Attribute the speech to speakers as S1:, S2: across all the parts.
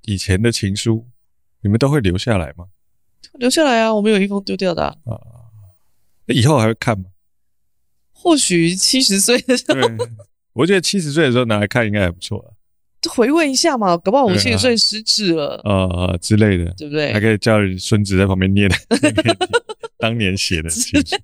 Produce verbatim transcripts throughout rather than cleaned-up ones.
S1: 以前的情书，你们都会留下来吗？
S2: 留下来啊，我们有一封丢掉的啊。
S1: 啊，以后还会看吗？
S2: 或许七十岁的时候，
S1: 我觉得七十岁的时候拿来看应该还不错啊。
S2: 回味一下嘛，搞不好我们七十岁失智了，
S1: 呃之类的，
S2: 对不对？
S1: 还可以叫孙子在旁边念当年写的情书。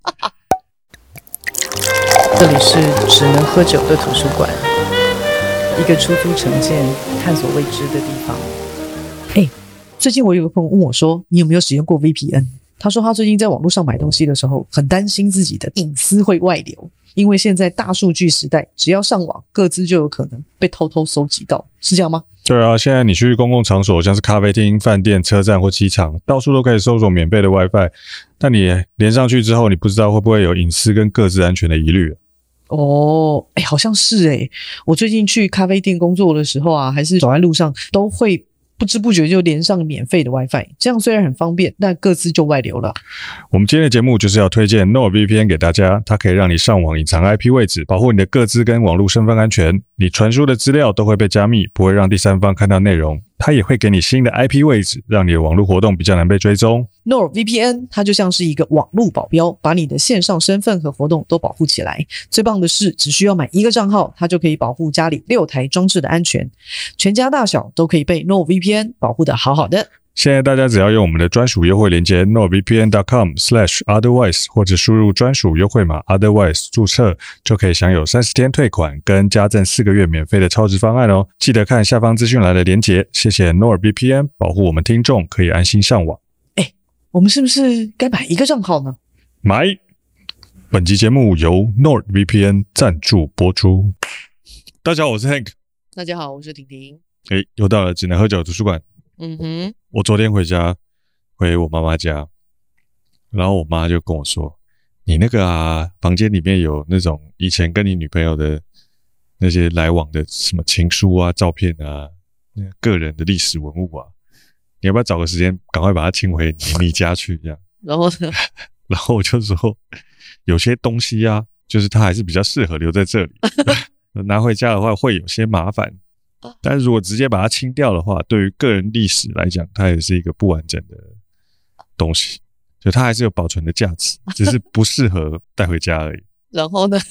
S2: 这里是只能喝酒的图书馆，一个出租成见、探索未知的地方。哎，最近我有个朋友问我说，你有没有使用过 V P N？ 他说他最近在网络上买东西的时候，很担心自己的隐私会外流，因为现在大数据时代，只要上网，个资就有可能被偷偷搜集到，是这样吗？
S1: 对啊，现在你去公共场所，像是咖啡厅、饭店、车站或机场，到处都可以搜索免费的 WiFi， 但你连上去之后，你不知道会不会有隐私跟个资安全的疑虑。
S2: 哦，哎，好像是哎，我最近去咖啡店工作的时候啊，还是走在路上，都会不知不觉就连上免费的 WiFi， 这样虽然很方便，但个资就外流了。
S1: 我们今天的节目就是要推荐 NordVPN 给大家，它可以让你上网隐藏 I P 位置，保护你的个资跟网络身份安全，你传输的资料都会被加密，不会让第三方看到内容。它也会给你新的 I P 位置，让你的网络活动比较难被追踪。
S2: NordVPN 它就像是一个网络保镖，把你的线上身份和活动都保护起来。最棒的是，只需要买一个账号，它就可以保护家里六台装置的安全，全家大小都可以被 NordVPN 保护得好好的。
S1: 现在大家只要用我们的专属优惠链接 nordvpn dot com slash otherwise 或者输入专属优惠码 otherwise 注册，就可以享有三十天退款跟加赠四个月免费的超值方案哦。记得看下方资讯栏的连结，谢谢 NordVPN 保护我们听众可以安心上网。
S2: 哎，我们是不是该买一个账号呢？
S1: 买。本集节目由 NordVPN 赞助播出。大家好，我是 Hank。
S2: 大家好，我是婷婷。
S1: 哎，又到了只能喝酒图书馆。
S2: 嗯哼，
S1: 我昨天回家，回我妈妈家，然后我妈就跟我说：“你那个啊，房间里面有那种以前跟你女朋友的那些来往的什么情书啊、照片啊、个人的历史文物啊，你要不要找个时间赶快把它清回你, 你家去？这样。”
S2: 然后呢？
S1: 然后我就说，有些东西啊，就是它还是比较适合留在这里，拿回家的话会有些麻烦。但是如果直接把它清掉的话，对于个人历史来讲，它也是一个不完整的东西，就它还是有保存的价值，只是不适合带回家而已。
S2: 然后呢？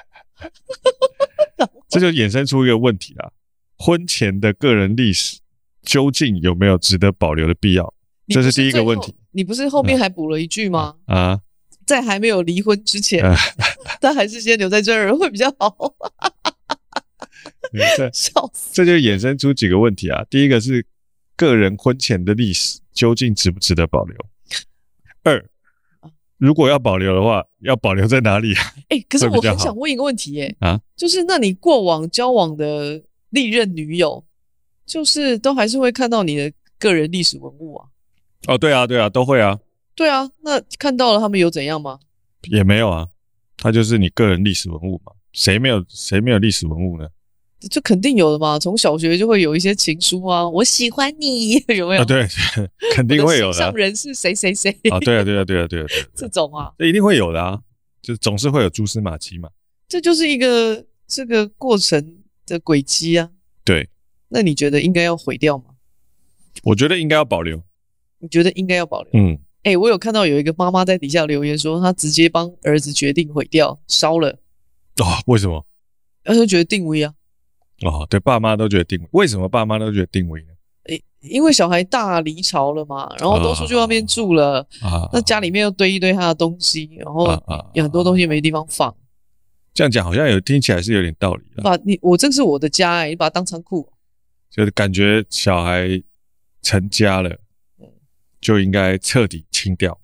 S1: 这就衍生出一个问题啦：婚前的个人历史究竟有没有值得保留的必要？这是第一个问题。
S2: 你不是后面还补了一句吗？
S1: 啊，啊
S2: 在还没有离婚之前，啊、他还是先留在这儿会比较好。笑死！
S1: 这就衍生出几个问题啊。第一个是个人婚前的历史究竟值不值得保留？二，如果要保留的话，要保留在哪里啊？
S2: 哎、欸，可是我很想问一个问题耶、欸，啊，就是那你过往交往的历任女友，就是都还是会看到你的个人历史文物啊？
S1: 哦，对啊，对啊，都会啊。
S2: 对啊，那看到了他们有怎样吗？
S1: 也没有啊，它就是你个人历史文物嘛，谁没有谁没有历史文物呢？
S2: 就肯定有的嘛，从小学就会有一些情书啊，我喜欢你，有没有？
S1: 啊，对，肯定会有的、啊。
S2: 心上人是谁谁谁
S1: 啊，对啊，对啊，对啊，对啊，对啊，
S2: 这种啊，
S1: 这一定会有的啊，就总是会有蛛丝马迹嘛。
S2: 这就是一个这个过程的轨迹啊。
S1: 对，
S2: 那你觉得应该要毁掉吗？
S1: 我觉得应该要保留。
S2: 你觉得应该要保留？
S1: 嗯，
S2: 哎、欸，我有看到有一个妈妈在底下留言说，她直接帮儿子决定毁掉，烧了。
S1: 哦，为什么？
S2: 她就觉得定位啊。
S1: 哦，对，爸妈都觉得定位，为什么爸妈都觉得定位呢？
S2: 欸、因为小孩大离巢了嘛，然后都出去外面住了，啊、那家里面又堆一堆他的东西，然后有很多东西没地方放。
S1: 这样讲好像有听起来是有点道理啦。
S2: 把你我这是我的家、欸，你把它当仓库，
S1: 就是感觉小孩成家了，就应该彻底清掉，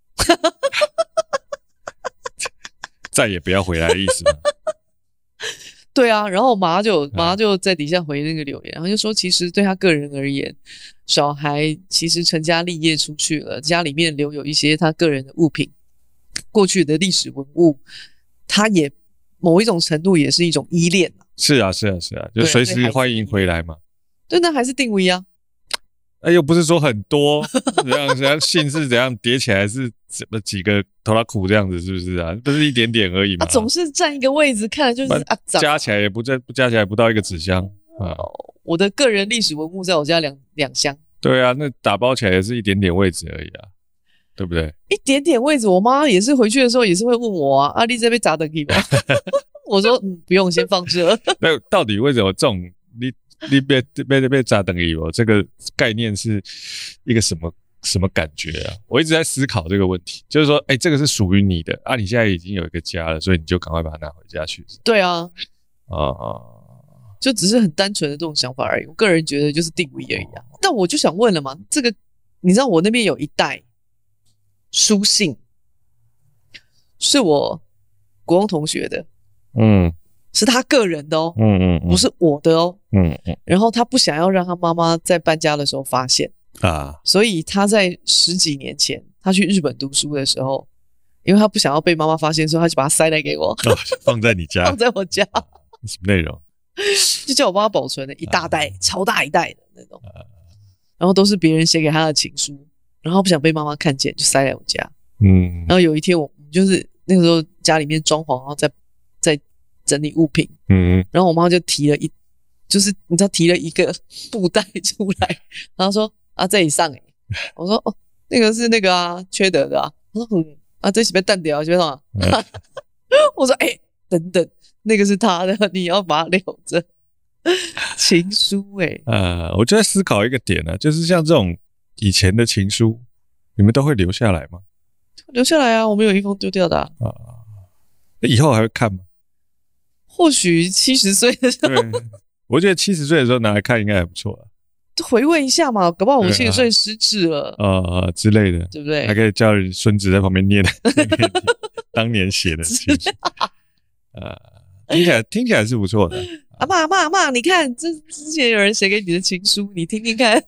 S1: 再也不要回来的意思吗？
S2: 对啊，然后我妈就妈就在底下回那个留言，然后就说，其实对他个人而言，小孩其实成家立业出去了，家里面留有一些他个人的物品，过去的历史文物，他也某一种程度也是一种依恋、啊、
S1: 是啊，是啊，是啊，就随时欢迎回来嘛。
S2: 对，那还是定位啊。
S1: 哎，又不是说很多，怎样怎样姓是怎样叠起来是怎么几个头拉苦这样子，是不是啊？不是一点点而已嘛。
S2: 啊，总是占一个位置，看了就是啊，
S1: 加起来也不加，加起来不到一个纸箱。 啊，
S2: 我的个人历史文物在我家两两箱。
S1: 对啊，那打包起来也是一点点位置而已啊，对不对？
S2: 一点点位置，我妈也是回去的时候也是会问我啊，啊，你这边砸的可以吗？我说嗯，不用，先放这。
S1: 那到底为什么这种你你被被被砸等于哦？这个概念是一个什么什么感觉啊？我一直在思考这个问题，就是说，哎，这个是属于你的啊，你现在已经有一个家了，所以你就赶快把它拿回家去。
S2: 对啊，
S1: 啊啊，
S2: 就只是很单纯的这种想法而已。我个人觉得就是定位而已啊。但我就想问了嘛，这个你知道我那边有一袋书信，是我国中同学的。
S1: 嗯，
S2: 是他个人的哦，
S1: 嗯嗯嗯，
S2: 不是我的哦，
S1: 嗯嗯，
S2: 然后他不想要让他妈妈在搬家的时候发现
S1: 啊，
S2: 所以他在十几年前他去日本读书的时候，因为他不想要被妈妈发现，所以他就把它塞来给我，
S1: 哦、放在你家，
S2: 放在我家，
S1: 什么内容？
S2: 就叫我帮他保存的一大袋，啊、超大一袋的那种，然后都是别人写给他的情书，然后不想被妈妈看见，就塞在我家。嗯，然后有一天我就是那个时候家里面装潢，然后在在整理物品，嗯，然后我妈就提了一，就是你知道提了一个布袋出来，然后说啊这里上哎、欸，我说哦那个是那个啊缺德的啊，我说嗯啊这是被淡掉，缺什么？我说哎、欸、等等，那个是他的，你要把它留着。情书哎、欸，
S1: 呃，我就在思考一个点啊，就是像这种以前的情书，你们都会留下来吗？
S2: 留下来啊，我们有一封丢掉的啊。啊
S1: 以后还会看吗？
S2: 或许七十岁的时候，
S1: 我觉得七十岁的时候拿来看应该还不错啊。
S2: 回味一下嘛，搞不好我们七十岁失智了啊、
S1: 呃、之类的，
S2: 对不对？
S1: 还可以叫孙子在旁边念当年写的情书，呃，听起来听起来是不错的。
S2: 阿嬷阿嬷阿嬷，你看这之前有人写给你的情书，你听听看。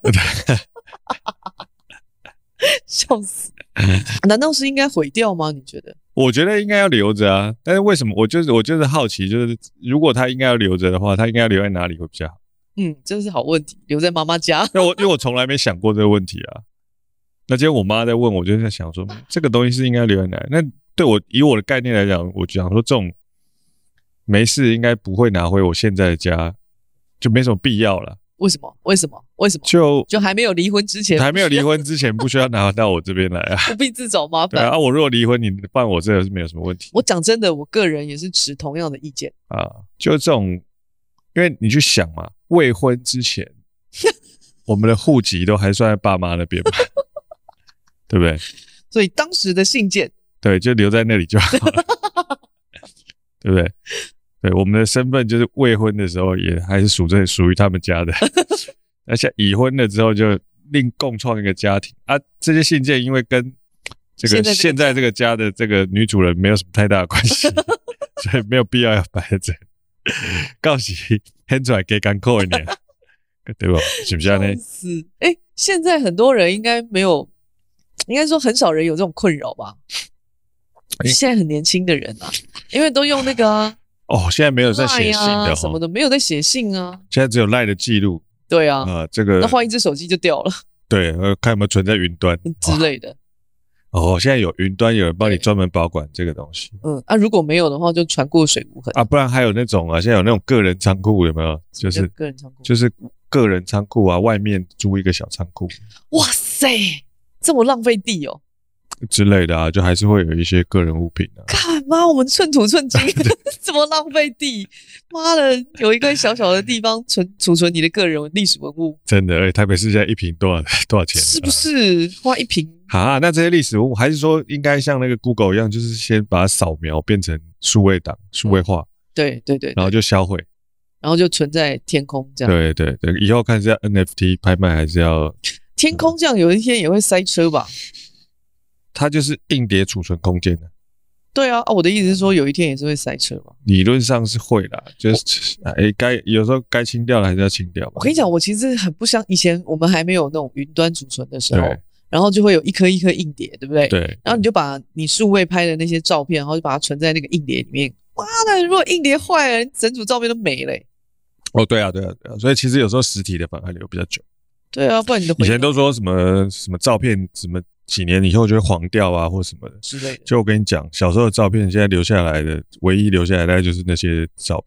S2: 笑死！难道是应该毁掉吗？你觉得？
S1: 我觉得应该要留着啊，但是为什么？我就是我就是好奇，就是如果他应该要留着的话，他应该要留在哪里会比较好？
S2: 嗯，这是好问题，留在妈妈家。
S1: 那我因为我从来没想过这个问题啊。那今天我妈在问我，就在想说，这个东西是应该留在哪里？那对我以我的概念来讲，我讲说这种没事应该不会拿回我现在的家，就没什么必要了。
S2: 为什么？为什么？为什么？
S1: 就
S2: 就还没有离婚之前，
S1: 还没有离婚之前，不需要拿到我这边来啊，
S2: 不必自找麻烦。
S1: 对啊，我如果离婚，你办我这个是没有什么问题。
S2: 我讲真的，我个人也是持同样的意见
S1: 啊，就这种，因为你去想嘛，未婚之前，我们的户籍都还算在爸妈那边嘛，对不对？
S2: 所以当时的信件，
S1: 对，就留在那里就好了，对不对？对，我们的身份就是未婚的时候也还是属这属于他们家的，而且已婚了之后就另共创一个家庭啊。这些信件因为跟这个现在这个家的这个女主人没有什么太大的关系，所以没有必要要摆在这里。告诉现出来给干扣一年，对吧？是不是呢？
S2: 是，哎，现在很多人应该没有，应该说很少人有这种困扰吧？现在很年轻的人啊，因为都用那个啊。
S1: 哦，现在没有在写信的、
S2: 啊、什么的，没有在写信啊。
S1: 现在只有 赖 的记录。
S2: 对啊，
S1: 呃，这个
S2: 那换一只手机就掉了。
S1: 对，呃，看有没有存在云端
S2: 之类的。
S1: 哦，现在有云端，有人帮你专门保管这个东西。
S2: 嗯，啊，如果没有的话，就传过水无痕
S1: 啊。不然还有那种啊，现在有那种个人仓库，有没有？就是
S2: 个人仓库，
S1: 就是个人仓库啊，外面租一个小仓库。
S2: 哇塞，这么浪费地哦。
S1: 之类的啊，就还是会有一些个人物品啊。
S2: 干妈，我们寸土寸金，怎么浪费地？妈的，有一块小小的地方存储存你的个人历史文物，
S1: 真的。而且台北市现在一坪多少多少钱？
S2: 是不是花一坪？
S1: 啊，那这些历史文物还是说应该像那个 Google 一样，就是先把它扫描变成数位档、数位化，
S2: 对对 对, 对，
S1: 然后就销毁，
S2: 然后就存在天空这样。
S1: 对对对，以后看是要 N F T 拍卖还是要
S2: 天空这样，有一天也会塞车吧？
S1: 它就是硬碟储存空间的。
S2: 对啊，啊，我的意思是说，有一天也是会塞车嘛。
S1: 理论上是会啦，就是哎，该有时候该清掉了还是要清掉。
S2: 我跟你讲，我其实很不相，以前我们还没有那种云端储存的时候，然后就会有一颗一颗硬碟，对不对？
S1: 对。
S2: 然后你就把你数位拍的那些照片，然后就把它存在那个硬碟里面。妈的，如果硬碟坏了，整组照片都没了、欸。
S1: 哦，对啊，对啊，对啊，所以其实有时候实体的反而留比较久。
S2: 对啊，不然你的
S1: 以前都说什么什么照片什么。几年以后就会黄掉啊，或什么的
S2: 之类的。
S1: 就我跟你讲，小时候的照片，现在留下来的唯一留下来的就是那些照片，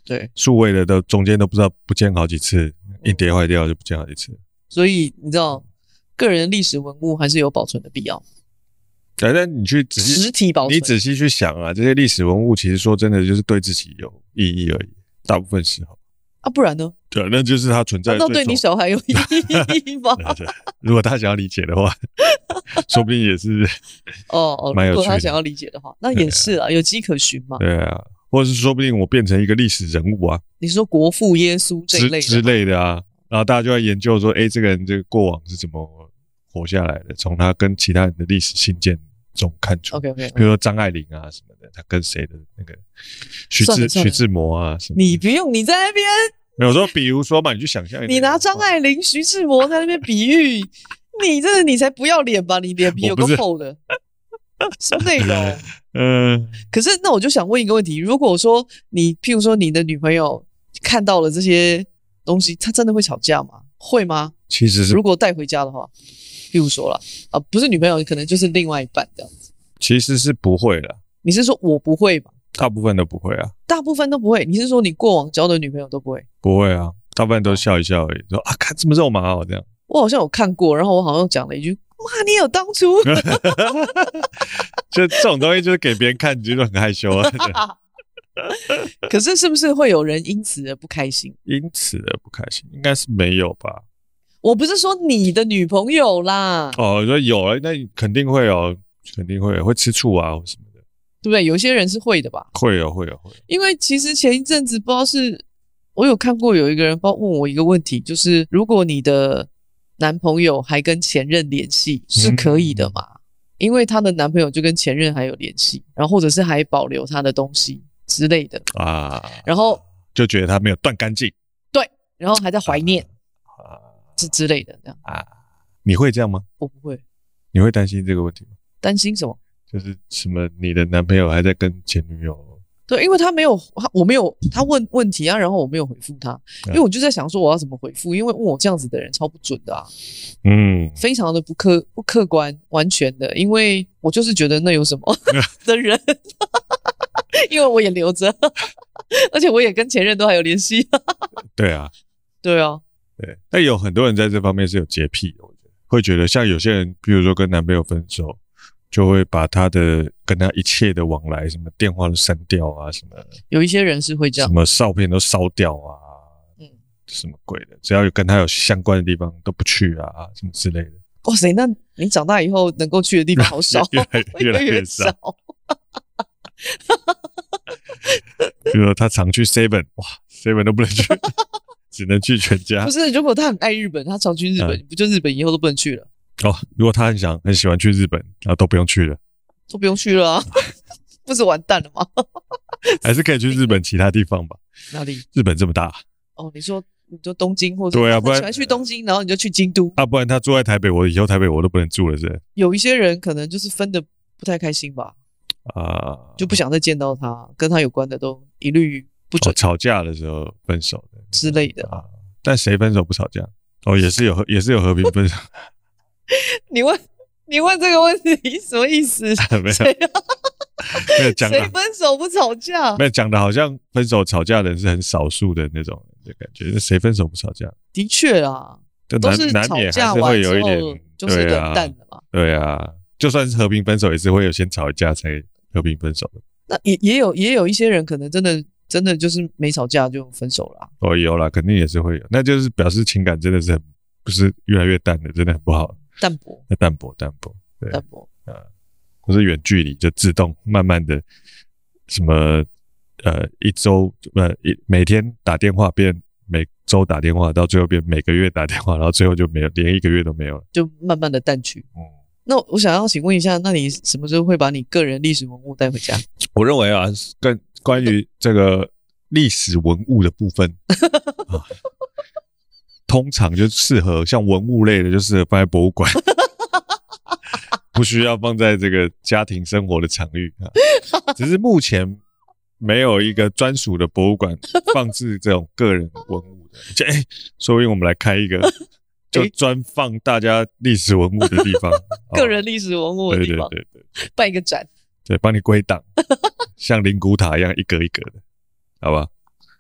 S2: 对，
S1: 数位的都中间都不知道不见好几次，硬碟坏掉就不见好几次。
S2: 所以你知道，个人历史文物还是有保存的必要。
S1: 对，但你去仔细
S2: 实体保存，
S1: 你仔细去想啊，这些历史文物其实说真的就是对自己有意义而已，大部分时候。
S2: 啊，不然呢？
S1: 对，那就是它存在的。
S2: 难道对你小孩有意义吗？
S1: 对对，如果他想要理解的话，说不定也是
S2: 哦哦，如果他想要理解的话，那也是啊，有迹可循嘛。
S1: 对啊，或者是说不定我变成一个历史人物啊，
S2: 你说国父耶稣这一类的
S1: 之类的啊，然后大家就在研究说，哎，这个人这个过往是怎么活下来的，从他跟其他人的历史信件中看出。
S2: OK OK，
S1: 比如说张爱玲啊什么的，他跟谁的那个徐志徐志摩啊什么的。
S2: 你不用，你在那边。
S1: 没有说，比如说嘛，你就想象，
S2: 你拿张爱玲、徐志摩在那边比喻，你这个你才不要脸吧？你脸皮有够厚的，什么内容？
S1: 嗯、呃，
S2: 可是那我就想问一个问题：如果说你，譬如说你的女朋友看到了这些东西，她真的会吵架吗？会吗？
S1: 其实是，
S2: 如果带回家的话，譬如说啦，啊，不是女朋友，可能就是另外一半这样子。
S1: 其实是不会的。
S2: 你是说我不会吗？
S1: 大部分都不会啊，
S2: 大部分都不会。你是说你过往交的女朋友都不会？
S1: 不会啊，大部分都笑一笑而已，说啊，看这么肉麻哦，这样。
S2: 我好像有看过，然后我好像讲了一句：“哇，你有当初。”
S1: 就这种东西，就是给别人看，你就很害羞啊。
S2: 可是是不是会有人因此而不开心？
S1: 因此而不开心，应该是没有吧？
S2: 我不是说你的女朋友啦。
S1: 哦，你说有啊，那肯定会有，肯定会有，会吃醋啊，或什么的。
S2: 对不对？有些人是会的吧？
S1: 会有，会有，会有。
S2: 因为其实前一阵子不知道是，我有看过有一个人，不知道问我一个问题，就是如果你的男朋友还跟前任联系，是可以的嘛？嗯、因为她的男朋友就跟前任还有联系，然后或者是还保留他的东西之类的啊，然后
S1: 就觉得他没有断干净，
S2: 对，然后还在怀念啊之之类的这样啊。
S1: 你会这样吗？
S2: 我不会。
S1: 你会担心这个问题吗？
S2: 担心什么？
S1: 就是什么，你的男朋友还在跟前女友？
S2: 对，因为他没有，我没有，他问问题啊，然后我没有回复他，因为我就在想说我要怎么回复，因为问我这样子的人超不准的啊，嗯，非常的不客不客观，完全的，因为我就是觉得那有什么的人，因为我也留着，而且我也跟前任都还有联系。
S1: 对啊，
S2: 对啊，
S1: 对，但有很多人在这方面是有洁癖的，我觉得会觉得像有些人，比如说跟男朋友分手。就会把他的跟他一切的往来，什么电话都删掉啊，什么
S2: 有一些人是会这样，
S1: 什么照片都烧掉啊，嗯，什么鬼的，只要有跟他有相关的地方都不去啊，什么之类的。
S2: 哇塞，那你长大以后能够去的地方好少，
S1: 越来越来越少。比如说他常去 seven， 哇 seven 都不能去，只能去全家。
S2: 不是，如果他很爱日本，他常去日本，嗯、不就日本以后都不能去了？
S1: 哦，如果他很想很喜欢去日本，然后都不用去了，
S2: 都不用去了啊，不是完蛋了吗？
S1: 还是可以去日本其他地方吧？
S2: 哪里？
S1: 日本这么大。
S2: 哦，你说你说东京或者
S1: 对啊，不然
S2: 喜欢去东京，然后你就去京都
S1: 啊，不然他住在台北，我以后台北我都不能住了，是？
S2: 有一些人可能就是分的不太开心吧，啊，就不想再见到他，跟他有关的都一律不准。
S1: 哦、吵架的时候分手的
S2: 之类的啊，
S1: 但谁分手不吵架？哦，也是有也是有和平分手。
S2: 你问你问这个问题什么意思？
S1: 没有，没有讲
S2: 谁分手不吵架？
S1: 没有讲的，好像分手吵架的人是很少数的那种的感觉。谁分手不吵架？
S2: 的确啊，都是吵架完之后就是冷淡的嘛。
S1: 对啊，就算是和平分手，也是会有先吵一架才和平分手的。
S2: 那也也有也有一些人可能真的真的就是没吵架就分手了、啊。
S1: 哦，有啦，肯定也是会有，那就是表示情感真的是很不是越来越淡的，真的很不好。
S2: 淡薄，
S1: 淡薄，淡薄，对，
S2: 淡薄
S1: 啊，不是远距离就自动慢慢的什么呃一周呃一每天打电话变每周打电话，到最后变每个月打电话，然后最后就没有，连一个月都没有了，
S2: 就慢慢的淡去。嗯，那我想要请问一下，那你什么时候会把你个人历史文物带回家？
S1: 我认为啊，跟关于这个历史文物的部分。啊通常就适合像文物类的，就适合放在博物馆，不需要放在这个家庭生活的场域啊。只是目前没有一个专属的博物馆放置这种个人文物的。哎、欸，说不定我们来开一个，就专放大家历史文物的地方，
S2: 欸、个人历史文物的地方，
S1: 对对对对，
S2: 办一个展，
S1: 对，帮你归档，像灵骨塔一样一格一格的，好吧？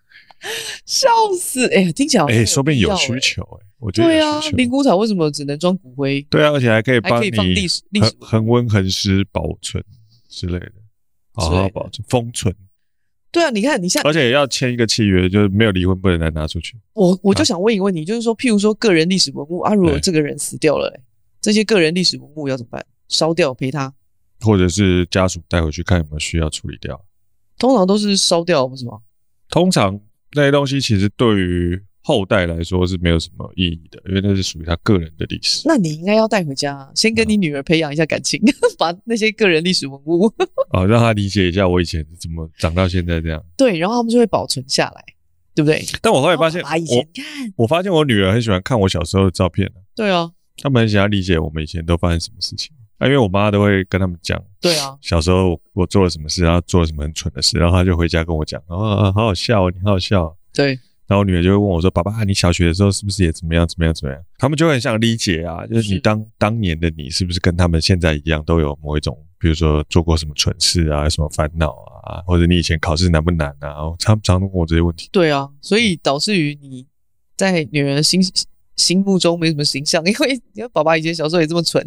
S2: 笑死！哎、欸，听起来好像
S1: 哎、欸，说不定有
S2: 有
S1: 需求哎、欸，我觉得
S2: 对啊，灵骨塔为什么只能装骨灰？
S1: 对啊，而且还可以帮
S2: 还可以放
S1: 你
S2: 历史历史
S1: 恒温恒湿保存之类的，好好保存封存。
S2: 对啊，你看，你像，
S1: 而且要签一个契约，就是没有离婚不能再拿出去。
S2: 我我就想问一个问题，啊、就是说，譬如说个人历史文物啊，如果这个人死掉了、欸，这些个人历史文物要怎么办？烧掉陪他，
S1: 或者是家属带回去看有没有需要处理掉。
S2: 通常都是烧掉，不是吗？
S1: 通常那些东西其实对于后代来说是没有什么意义的，因为那是属于他个人的历史。
S2: 那你应该要带回家，先跟你女儿培养一下感情，嗯、把那些个人历史文物
S1: 哦，让他理解一下我以前是怎么长到现在这样。
S2: 对，然后他们就会保存下来，对不对？
S1: 但我后来发现，
S2: 爸以前看，
S1: 我发现我女儿很喜欢看我小时候的照片、啊、
S2: 对啊，
S1: 他们很想要理解我们以前都发生什么事情。啊，因为我妈都会跟他们讲，
S2: 对啊，
S1: 小时候 我, 我做了什么事，然后做了什么很蠢的事，然后她就回家跟我讲，哦，好好笑哦，你好好笑、哦。
S2: 对，
S1: 然后我女儿就会问我说：“爸爸，你小学的时候是不是也怎么样怎么样怎么样？”他们就会很想理解啊，就是你当当年的你是不是跟他们现在一样，都有某一种，比如说做过什么蠢事啊，什么烦恼啊，或者你以前考试难不难啊？他们常常问我这些问题。
S2: 对啊，所以导致于你在女人心心目中没什么形象，因为因为爸爸以前小时候也这么蠢。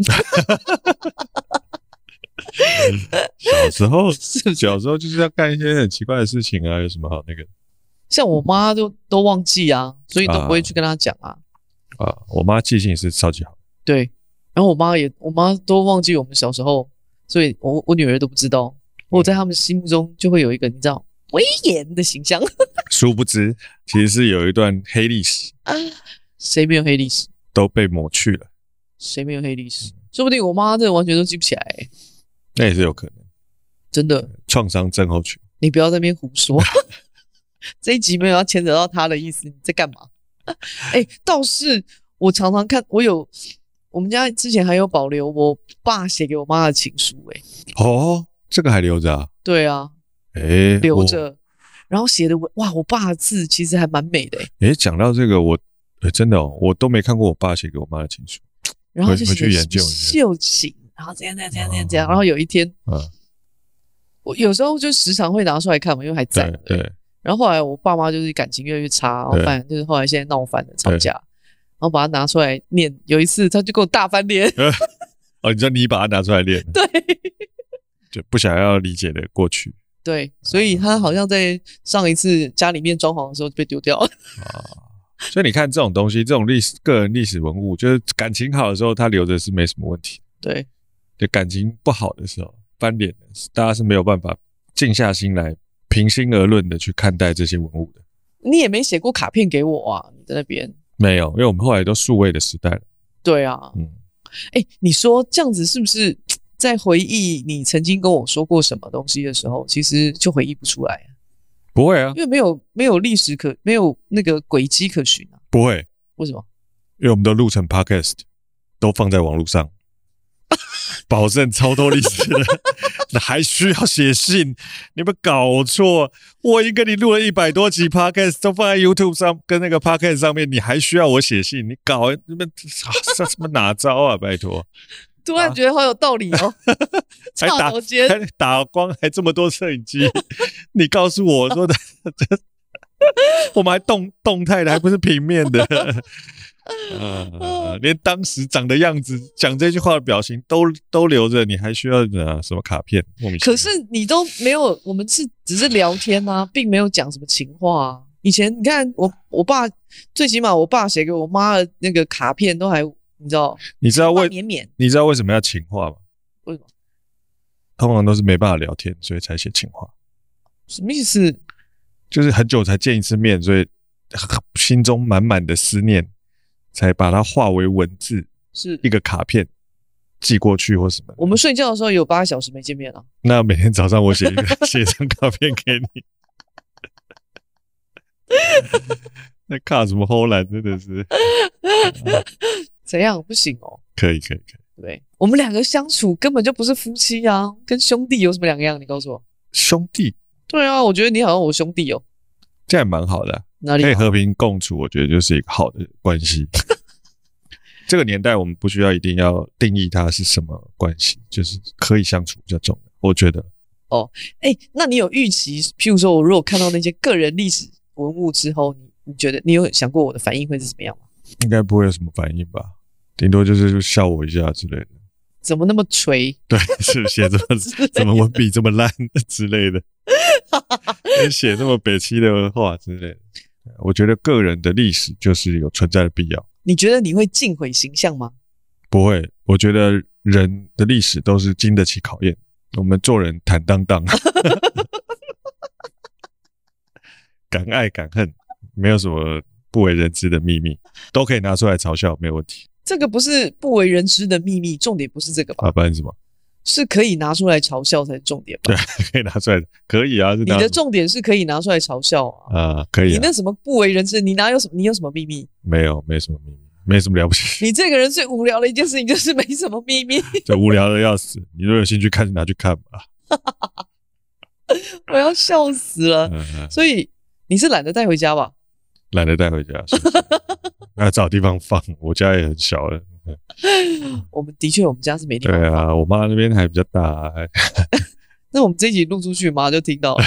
S1: 小时候是小时候就是要干一些很奇怪的事情啊，有什么好那个？
S2: 像我妈都都忘记啊，所以都不会去跟她讲啊。
S1: 啊，我妈记性是超级好。
S2: 对，然后我妈也，我妈都忘记我们小时候，所以我我女儿都不知道。我在他们心目中就会有一个你知道威严的形象。
S1: 殊不知，其实是有一段黑历史
S2: 啊，谁没有黑历史？
S1: 都被抹去了。
S2: 谁没有黑历史？说不定我妈这完全都记不起来、欸。
S1: 那也是有可能，
S2: 真的
S1: 创伤症候群。
S2: 你不要在那边胡说，这一集没有要牵扯到他的意思，你在干嘛？哎、欸，倒是我常常看，我有我们家之前还有保留我爸写给我妈的情书、欸，哎，
S1: 哦，这个还留着啊？
S2: 对啊，
S1: 哎、欸，
S2: 留着，然后写的哇，我爸的字其实还蛮美的、欸，哎、
S1: 欸，讲到这个，我、欸、真的哦，我都没看过我爸写给我妈的情书，
S2: 然后就写
S1: 去研究
S2: 秀情。然后这样这样这样这样这样，然后有一天，嗯，我有时候就时常会拿出来看嘛，因为还在。
S1: 对。对
S2: 然后后来我爸妈就是感情越来越差，然后反正就是后来现在闹翻了，吵架，然后把它拿出来念。有一次他就跟我大翻脸。
S1: 哦，你说你把它拿出来念？
S2: 对。
S1: 就不想要理解的过去。
S2: 对，所以他好像在上一次家里面装潢的时候就被丢掉了。
S1: 啊。所以你看这种东西，这种历史个人历史文物，就是感情好的时候，他留着是没什么问题。
S2: 对，
S1: 就感情不好的时候，翻脸的，大家是没有办法静下心来，平心而论的去看待这些文物的。
S2: 你也没写过卡片给我啊？你在那边
S1: 没有，因为我们后来都数位的时代了。
S2: 对啊，
S1: 嗯，
S2: 哎、欸，你说这样子是不是在回忆你曾经跟我说过什么东西的时候，其实就回忆不出来？
S1: 不会啊，
S2: 因为没有没有历史可没有那个轨迹可循啊。
S1: 不会，
S2: 为什么？
S1: 因为我们都录成 podcast， 都放在网络上，保证超多历史的。那还需要写信？你有没有搞错？我已经跟你录了一百多集 podcast， 都放在 YouTube 上跟那个 podcast 上面，你还需要我写信？你搞你们这什么哪招啊？拜托！
S2: 突然觉得好有道理哦。
S1: 还打还打光，还这么多摄影机，你告诉我说的，我们还动动态的，还不是平面的。呃，连当时长的样子、讲这句话的表情都都留着，你还需要、呃、什么卡片？
S2: 可是你都没有，我们是只是聊天啊，并没有讲什么情话啊。以前你看我我爸，最起码我爸写给我妈的那个卡片都还，你知道？
S1: 你知道为
S2: 绵绵，
S1: 你知道为什么要情话吗？
S2: 为什么？
S1: 通常都是没办法聊天，所以才写情话。
S2: 什么意思？
S1: 就是很久才见一次面，所以心中满满的思念，才把它化为文字，
S2: 是
S1: 一个卡片寄过去或什么。
S2: 我们睡觉的时候有八个小时没见面了。
S1: 那每天早上我写一个写张卡片给你。那卡什么齁懒，真的是。
S2: 怎样不行哦？
S1: 可以可以可以。
S2: 对，我们两个相处根本就不是夫妻啊，跟兄弟有什么两样？你告诉我。
S1: 兄弟？
S2: 对啊，我觉得你好像我兄弟哦。
S1: 这样蛮好的、啊，
S2: 哪里好？
S1: 可以和平共处，我觉得就是一个好的关系。这个年代我们不需要一定要定义它是什么关系，就是可以相处比较重要，我觉得。
S2: 哦，哎、欸，那你有预期？譬如说，我如果看到那些个人历史文物之后，你你觉得你有想过我的反应会是什么样吗？
S1: 应该不会有什么反应吧，顶多就是笑我一下之类的。
S2: 怎么那么垂？
S1: 对，是写这么怎么文笔这么烂之类的，写这么北七的话之类的。我觉得个人的历史就是有存在的必要。
S2: 你觉得你会尽毁形象吗？
S1: 不会，我觉得人的历史都是经得起考验，我们做人坦荡荡，敢爱敢恨，没有什么不为人知的秘密，都可以拿出来嘲笑，没有问题。
S2: 这个不是不为人知的秘密，重点不是这个吧？
S1: 啊，不然是什么？
S2: 是可以拿出来嘲笑才是重点吧？
S1: 对，可以拿出来，可以啊。是
S2: 你的重点是可以拿出来嘲笑啊。
S1: 啊、呃，可以、啊。
S2: 你那什么不为人知，你哪有什么？你有什么秘密？
S1: 没有，没什么秘密，没什么了不起。
S2: 你这个人最无聊的一件事情就是没什么秘密，
S1: 就无聊的要死。你如果有兴趣看，就拿去看吧。
S2: 我要笑死了。嗯、所以你是懒得带回家吧？
S1: 懒得带回家，是不是要找地方放。我家也很小了。
S2: 我们的确，我们家是没地方放。
S1: 对啊，我妈那边还比较大、啊。
S2: 那我们这一集录出去，妈就听到了，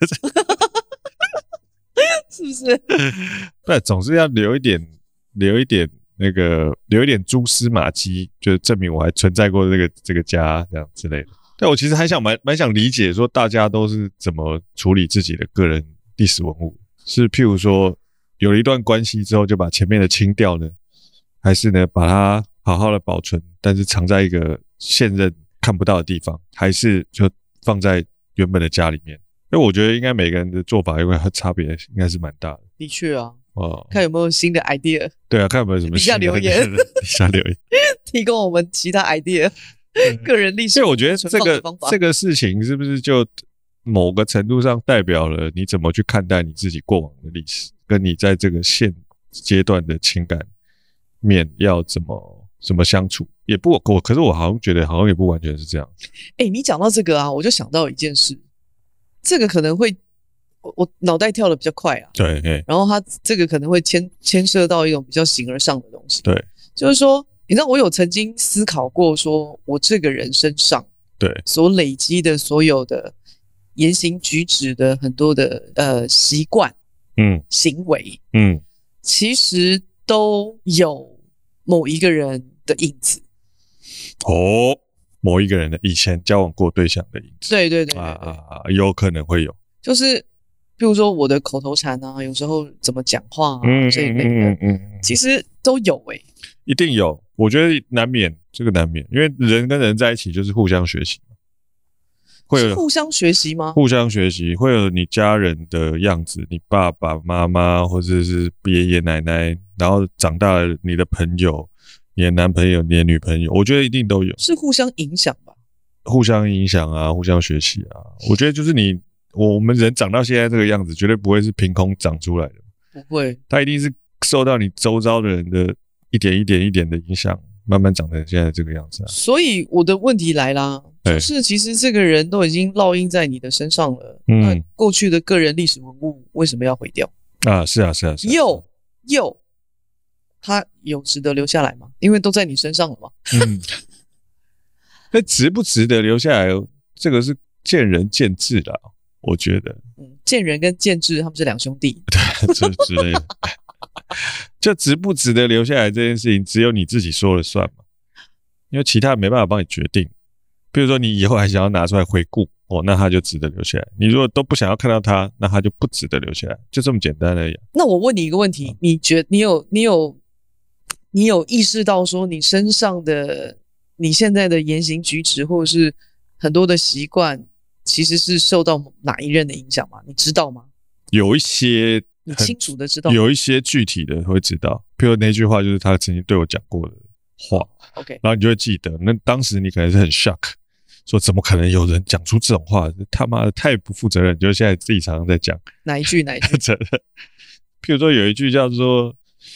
S2: 是不是？
S1: 不，总是要留一点，留一点那个，留一点蛛丝马迹，就证明我还存在过这个这个家，这样之类的。但我其实还想蛮蛮想理解，说大家都是怎么处理自己的个人历史文物，是譬如说有了一段关系之后，就把前面的清掉呢，还是呢把它好好的保存，但是藏在一个现任看不到的地方，还是就放在原本的家里面？因为我觉得应该每个人的做法因为差别应该是蛮大的。
S2: 的确啊，
S1: 哦，
S2: 看有没有新的 idea。对
S1: 啊，看有没有什么新的 idea。
S2: 底下留言，
S1: 底下留言，
S2: 提供我们其他 idea，、嗯、个人历史。
S1: 所以我觉得这个这个事情是不是就某个程度上代表了你怎么去看待你自己过往的历史，跟你在这个现阶段的情感面要怎么怎么相处？也不我可是我好像觉得好像也不完全是这样。
S2: 哎、欸，你讲到这个啊，我就想到一件事，这个可能会我我脑袋跳得比较快啊。
S1: 对，
S2: 然后它这个可能会牵牵涉到一种比较形而上的东西。
S1: 对，
S2: 就是说，你知道我有曾经思考过，说我这个人身上
S1: 对
S2: 所累积的所有的言行举止的很多的呃习惯，
S1: 嗯，
S2: 行为，
S1: 嗯，
S2: 其实都有某一个人的影子。
S1: 哦，某一个人的以前交往过对象的影子。
S2: 对对 对, 对, 对
S1: 啊啊，有可能会有。
S2: 就是比如说我的口头禅啊，有时候怎么讲话啊、嗯、这一类的，嗯嗯嗯、其实都有诶、欸，
S1: 一定有。我觉得难免，这个难免，因为人跟人在一起就是互相学习。会有
S2: 是互相学习吗？
S1: 互相学习，会有你家人的样子，你爸爸妈妈或者是爷爷奶奶，然后长大了你的朋友、你的男朋友、你的女朋友，我觉得一定都有，
S2: 是互相影响吧？
S1: 互相影响啊，互相学习啊。我觉得就是你，我们人长到现在这个样子，绝对不会是凭空长出来的，
S2: 不会，
S1: 它一定是受到你周遭的人的一点一点一点的影响，慢慢长成现在这个样子啊。
S2: 所以我的问题来啦，就是其实这个人都已经烙印在你的身上了，嗯，那过去的个人历史文物为什么要毁掉
S1: 啊？是啊，是啊，是啊。
S2: 有有，他有值得留下来吗？因为都在你身上了嘛。
S1: 嗯，那值不值得留下来，这个是见仁见智啦，我觉得。
S2: 嗯，见仁跟见智他们是两兄弟，
S1: 对，这之类的。就值不值得留下来这件事情，只有你自己说了算嘛，因为其他人没办法帮你决定。比如说你以后还想要拿出来回顾哦，那它就值得留下来。你如果都不想要看到它，那它就不值得留下来，就这么简单而已。
S2: 那我问你一个问题，嗯、你觉你有你有你有意识到说你身上的你现在的言行举止，或者是很多的习惯，其实是受到哪一任的影响吗？你知道吗？
S1: 有一些。
S2: 你清楚的知道，
S1: 有一些具体的会知道，譬如那句话就是他曾经对我讲过的话
S2: ，OK，
S1: 然后你就会记得。那当时你可能是很 shock， 说怎么可能有人讲出这种话？他妈的太不负责任！就现在自己常常在讲
S2: 哪一句哪一句？
S1: 譬如说有一句叫做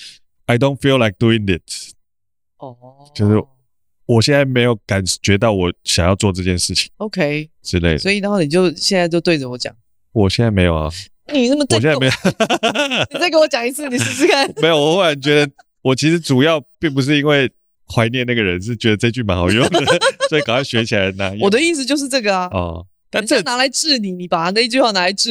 S1: "I don't feel like doing it"，
S2: 哦，
S1: 就是我现在没有感觉到我想要做这件事情
S2: ，OK
S1: 之类的。
S2: 所以然后你就现在就对着我讲，
S1: 我现在没有啊。
S2: 你那么
S1: 我现在没有
S2: 你再给我讲一次，你试试看。
S1: 没有，我忽然觉得，我其实主要并不是因为怀念那个人，是觉得这句蛮好用的，所以赶快学起来拿。
S2: 我的意思就是这个啊。
S1: 哦，但这
S2: 拿来治你，你把那一句话拿来治我。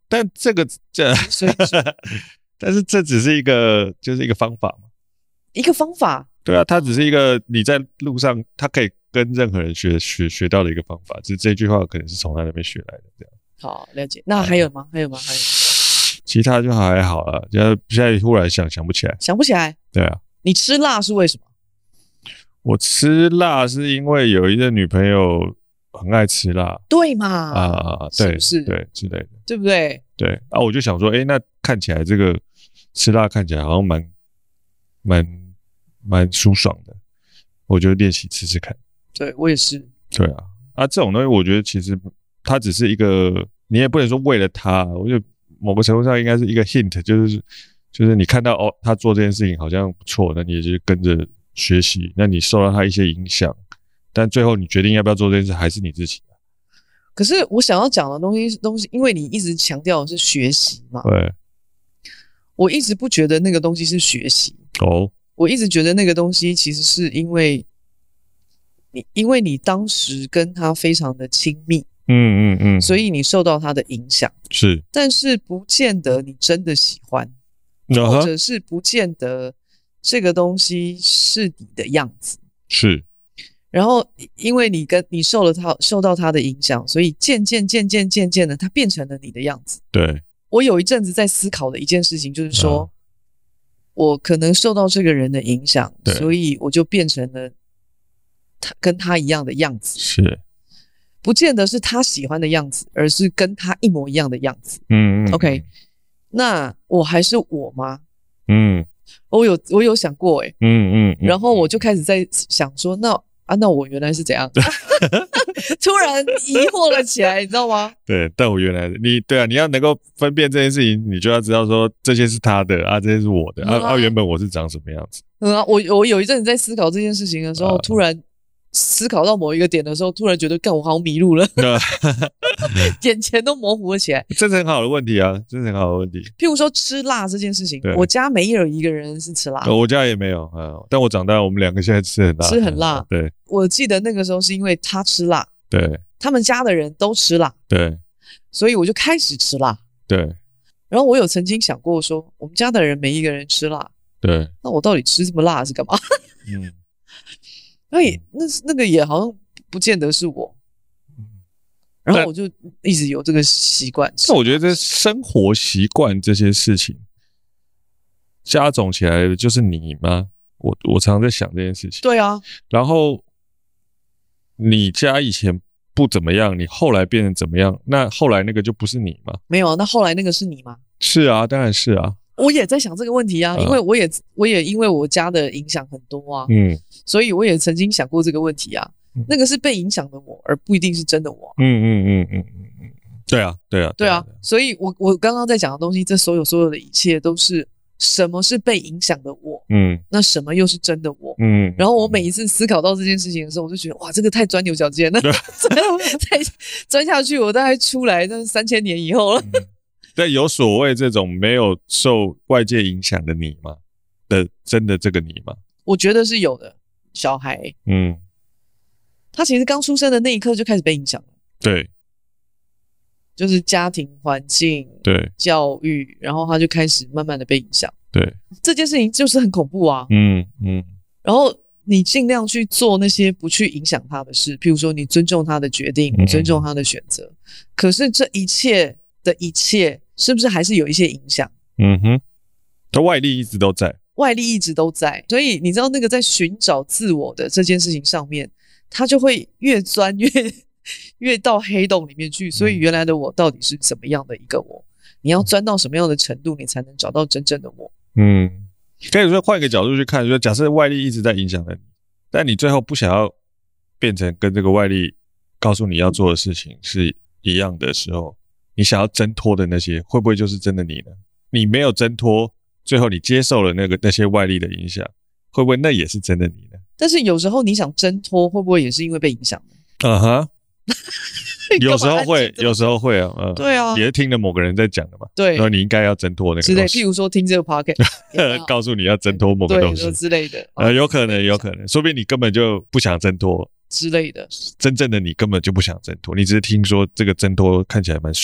S1: 但这个这，
S2: 所以
S1: 但是这只是一个就是一个方法嘛，
S2: 一个方法。
S1: 对啊，它只是一个你在路上，它可以跟任何人学学学到的一个方法，只是这句话可能是从他那边学来的这样。
S2: 好，了解。那还有吗？还有吗？还有吗？
S1: 其他就还好了，现在现在忽然想想不起来，
S2: 想不起来。
S1: 对啊，
S2: 你吃辣是为什么？
S1: 我吃辣是因为有一个女朋友很爱吃辣，
S2: 对嘛？
S1: 啊，对，
S2: 是不是？
S1: 对之类的，
S2: 对不对？
S1: 对啊，我就想说，哎，那看起来这个吃辣看起来好像蛮蛮蛮舒爽的，我就练习吃吃看。
S2: 对我也是。
S1: 对啊，啊，这种东西我觉得其实它只是一个，你也不能说为了他，我觉得某个程度上应该是一个 hint， 就是就是你看到哦，他做这件事情好像不错，那你也就跟着学习，那你受到他一些影响，但最后你决定要不要做这件事还是你自己。
S2: 可是我想要讲的东西东西，因为你一直强调的是学习嘛，
S1: 对，
S2: 我一直不觉得那个东西是学习
S1: 哦，
S2: 我一直觉得那个东西其实是因为你因为你当时跟他非常的亲密，
S1: 嗯嗯嗯，
S2: 所以你受到他的影响，
S1: 是，
S2: 但是不见得你真的喜欢，
S1: uh-huh，
S2: 或者是不见得这个东西是你的样子，
S1: 是。
S2: 然后因为你跟你受了他受到他的影响，所以渐渐渐渐渐渐的，他变成了你的样子。
S1: 对，
S2: 我有一阵子在思考的一件事情，就是说、嗯、我可能受到这个人的影响，所以我就变成了他跟他一样的样子。
S1: 是，
S2: 不见得是他喜欢的样子，而是跟他一模一样的样子。
S1: 嗯嗯
S2: ，OK， 那我还是我吗？
S1: 嗯，
S2: 我有我有想过哎、欸，
S1: 嗯嗯，
S2: 然后我就开始在想说，那啊，那我原来是怎样？突然疑惑了起来，你知道吗？
S1: 对，但我原来你对啊，你要能够分辨这件事情，你就要知道说这些是他的啊，这些是我的、嗯、啊, 啊，原本我是长什么样子。
S2: 嗯啊，我我有一阵子在思考这件事情的时候，啊、突然思考到某一个点的时候，突然觉得，干，我好像迷路了，眼前都模糊了起来。
S1: 这是很好的问题啊，这是很好的问题。
S2: 譬如说吃辣这件事情，我家没有一个人是吃辣的，
S1: 我家也没有、嗯、但我长大，我们两个现在吃很辣，
S2: 吃很辣。
S1: 嗯、对，
S2: 我记得那个时候是因为他吃辣，
S1: 对，
S2: 他们家的人都吃辣，
S1: 对，
S2: 所以我就开始吃辣，
S1: 对。
S2: 然后我有曾经想过说，我们家的人没一个人吃辣，
S1: 对，
S2: 那我到底吃这么辣是干嘛？嗯。那也那那个也好像不见得是我，然后我就一直有这个习惯。
S1: 那我觉得这生活习惯这些事情加总起来的就是你吗？我我常常在想这件事情。
S2: 对啊，
S1: 然后你家以前不怎么样，你后来变成怎么样？那后来那个就不是你吗？
S2: 没有啊，那后来那个是你吗？
S1: 是啊，当然是啊。
S2: 我也在想这个问题啊，因为我也我也因为我家的影响很多啊，嗯，所以我也曾经想过这个问题啊。嗯、那个是被影响的我，而不一定是真的我。
S1: 嗯嗯嗯嗯嗯嗯，对啊，对啊，
S2: 对啊。对啊，所以我我刚刚在讲的东西，这所有所有的一切都是什么是被影响的我，嗯，那什么又是真的我，嗯。然后我每一次思考到这件事情的时候，我就觉得哇，这个太钻牛角尖了，再钻下去，我大概出来那三千年以后了。嗯，
S1: 但有所谓这种没有受外界影响的你吗？的真的这个你吗？
S2: 我觉得是有的。小孩，嗯，他其实刚出生的那一刻就开始被影响了。
S1: 对，
S2: 就是家庭环境，
S1: 对，
S2: 教育，然后他就开始慢慢的被影响。
S1: 对，
S2: 这件事情就是很恐怖啊。
S1: 嗯嗯。
S2: 然后你尽量去做那些不去影响他的事，譬如说你尊重他的决定，
S1: 嗯、
S2: 尊重他的选择。可是这一切的一切。是不是还是有一些影响？
S1: 嗯哼，它外力一直都在，
S2: 外力一直都在，所以你知道那个在寻找自我的这件事情上面，他就会越钻越越到黑洞里面去。所以原来的我到底是怎么样的一个我？你要钻到什么样的程度，你才能找到真正的我？
S1: 嗯，可以说换一个角度去看，就是假设外力一直在影响着你，但你最后不想要变成跟这个外力告诉你要做的事情是一样的时候。你想要挣脱的那些，会不会就是真的你呢？你没有挣脱，最后你接受了那个那些外力的影响，会不会那也是真的你呢？
S2: 但是有时候你想挣脱，会不会也是因为被影响呢？
S1: 啊哈，有时候会，有时候会啊，嗯，
S2: 对啊，
S1: 也是听了某个人在讲的嘛，
S2: 对，
S1: 然后你应该要挣脱那个
S2: 之类，譬如说听这个 podcast，
S1: 告诉你要挣脱某个东西
S2: 之类的，
S1: 呃，有可能，有可能，说不定你根本就不想挣脱。
S2: 之类的，
S1: 真正的你根本就不想挣脱，你只是听说这个挣脱看起来蛮帅，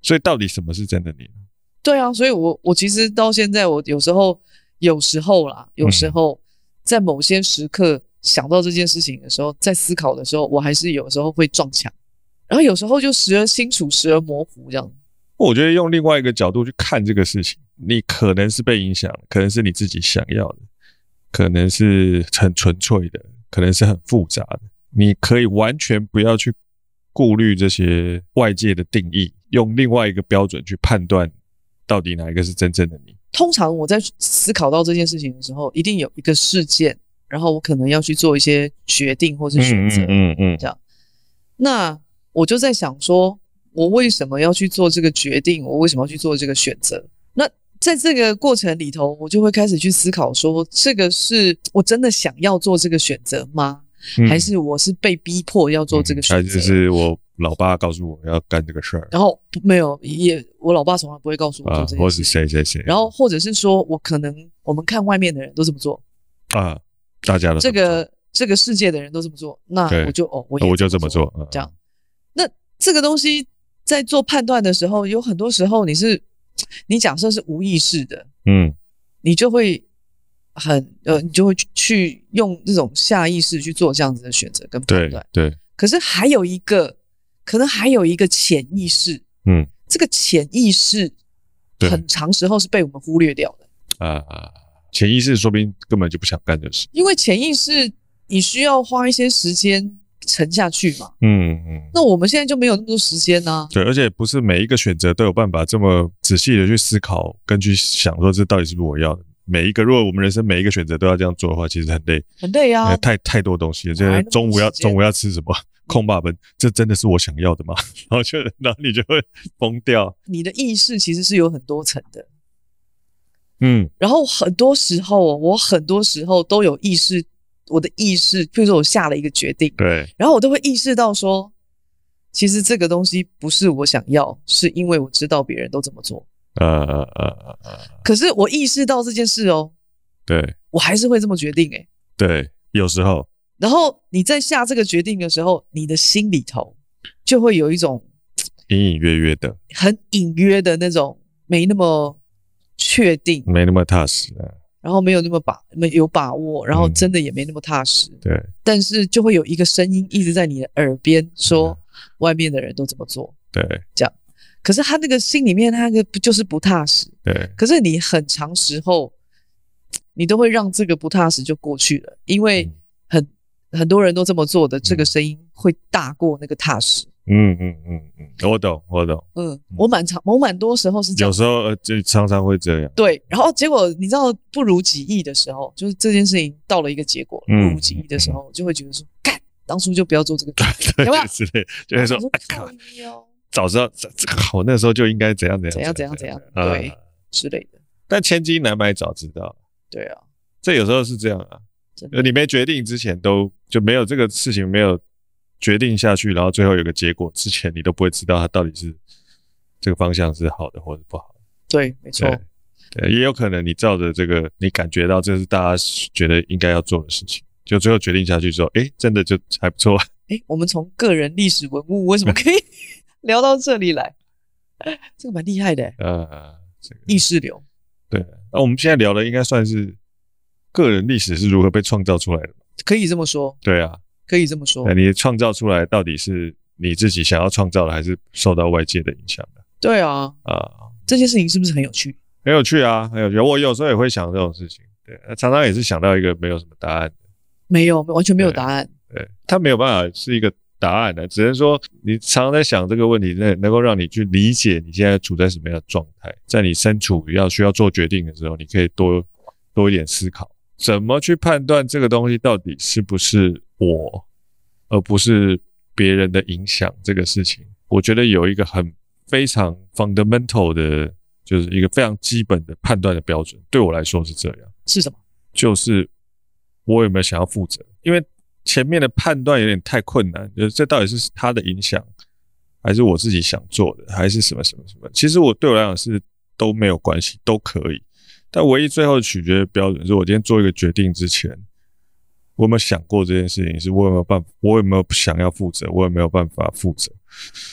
S1: 所以到底什么是真的你？
S2: 对啊，所以我我其实到现在，我有时候有时候啦，有时候在某些时刻想到这件事情的时候，在思考的时候，我还是有时候会撞墙，然后有时候就时而清楚，时而模糊这样。
S1: 我觉得用另外一个角度去看这个事情，你可能是被影响，可能是你自己想要的，可能是很纯粹的，可能是很复杂的。你可以完全不要去顾虑这些外界的定义，用另外一个标准去判断到底哪一个是真正的你。
S2: 通常我在思考到这件事情的时候，一定有一个事件，然后我可能要去做一些决定或是选择，嗯嗯 嗯, 嗯，这样。那我就在想说，我为什么要去做这个决定？我为什么要去做这个选择？那在这个过程里头，我就会开始去思考说，这个是我真的想要做这个选择吗？嗯、还是我是被逼迫要做这个选择？
S1: 还是是我老爸告诉我要干这个事儿？
S2: 然后没有，也我老爸从来不会告诉我做这件事。
S1: 啊、或是谁谁谁？
S2: 然后或者是说我可能我们看外面的人都这么做
S1: 啊，大家都
S2: 这个这个世界的人都这么做，那我就哦，我也
S1: 我就这么做，
S2: 这样。那这个东西在做判断的时候，有很多时候你是你假设是无意识的，嗯，你就会很呃，你就会去用这种下意识去做这样子的选择跟判断，
S1: 对对。
S2: 可是还有一个，可能还有一个潜意识，嗯，这个潜意识很长时候是被我们忽略掉的
S1: 啊。潜意识说不定根本就不想干这事，
S2: 因为潜意识你需要花一些时间沉下去嘛，嗯嗯。那我们现在就没有那么多时间啊。
S1: 对，而且不是每一个选择都有办法这么仔细的去思考，跟去想说这到底是不是我要的。每一个，如果我们人生每一个选择都要这样做的话，其实很累，
S2: 很累啊，
S1: 太太多东西了。这中午要中午要吃什么？空霸本，这真的是我想要的吗？然后就，然后你就会疯掉。
S2: 你的意识其实是有很多层的，嗯，然后很多时候，我很多时候都有意识，我的意识，譬如说我下了一个决定，
S1: 对，
S2: 然后我都会意识到说，其实这个东西不是我想要，是因为我知道别人都这么做。呃呃呃呃，可是我意识到这件事哦，
S1: 对，
S2: 我还是会这么决定哎、欸，
S1: 对，有时候，
S2: 然后你在下这个决定的时候，你的心里头就会有一种
S1: 隐隐约约的、
S2: 很隐约的那种没那么确定，
S1: 没那么踏实啊，
S2: 然后没有那么把没有把握，然后真的也没那么踏实，嗯、
S1: 对，
S2: 但是就会有一个声音一直在你的耳边说，嗯、外面的人都这么做，
S1: 对，
S2: 这样。可是他那个心里面，他那个不就是不踏实？
S1: 对。
S2: 可是你很长时候，你都会让这个不踏实就过去了，因为很、嗯、很多人都这么做的，这个声音会大过那个踏实。
S1: 嗯嗯嗯嗯，我懂，我懂。
S2: 嗯，我蛮长，我蛮多时候是这样，
S1: 有时候呃，就常常会这样。
S2: 对，然后结果你知道不如己意的时候，就是这件事情到了一个结果，嗯、不如己意的时候，嗯、就会觉得说，干，当初就不要做这个决定，有没有？
S1: 之类，就会说，啊靠。早知道这这个好，那时候就应该怎样怎样
S2: 怎样怎样怎样，对、呃、之类的。
S1: 但千金难买早知道。
S2: 对啊，
S1: 这有时候是这样啊。你没决定之前都就没有这个事情没有决定下去，然后最后有个结果之前，你都不会知道它到底是这个方向是好的或者不好的。
S2: 对，没错。
S1: 对，对也有可能你照着这个，你感觉到这是大家觉得应该要做的事情，就最后决定下去之后，哎，真的就还不错。
S2: 哎，我们从个人历史文物为什么可以？聊到这里来，这个蛮厉害的、欸。呃，这个意识流。
S1: 对，那、啊、我们现在聊的应该算是个人历史是如何被创造出来的。
S2: 可以这么说。
S1: 对啊，
S2: 可以这么说。
S1: 你创造出来到底是你自己想要创造的，还是受到外界的影响的？
S2: 对啊，啊、呃，这件事情是不是很有趣？
S1: 很有趣啊，很有趣。我有时候也会想这种事情，对，常常也是想到一个没有什么答案的。
S2: 没有，完全没有答案。
S1: 对，对他没有办法是一个。答案呢，只能说你常常在想这个问题，能能够让你去理解你现在处在什么样的状态，在你身处要需要做决定的时候，你可以多多一点思考，怎么去判断这个东西到底是不是我，而不是别人的影响这个事情。我觉得有一个很非常 fundamental 的，就是一个非常基本的判断的标准，对我来说是这样。
S2: 是什么？
S1: 就是我有没有想要负责，因为前面的判断有点太困难，就是这到底是他的影响，还是我自己想做的，还是什么什么什么？其实我对我来讲是都没有关系，都可以。但唯一最后取决的标准是我今天做一个决定之前，我有没有想过这件事情？是我有没有办法？我有没有想要负责？我有没有办法负责？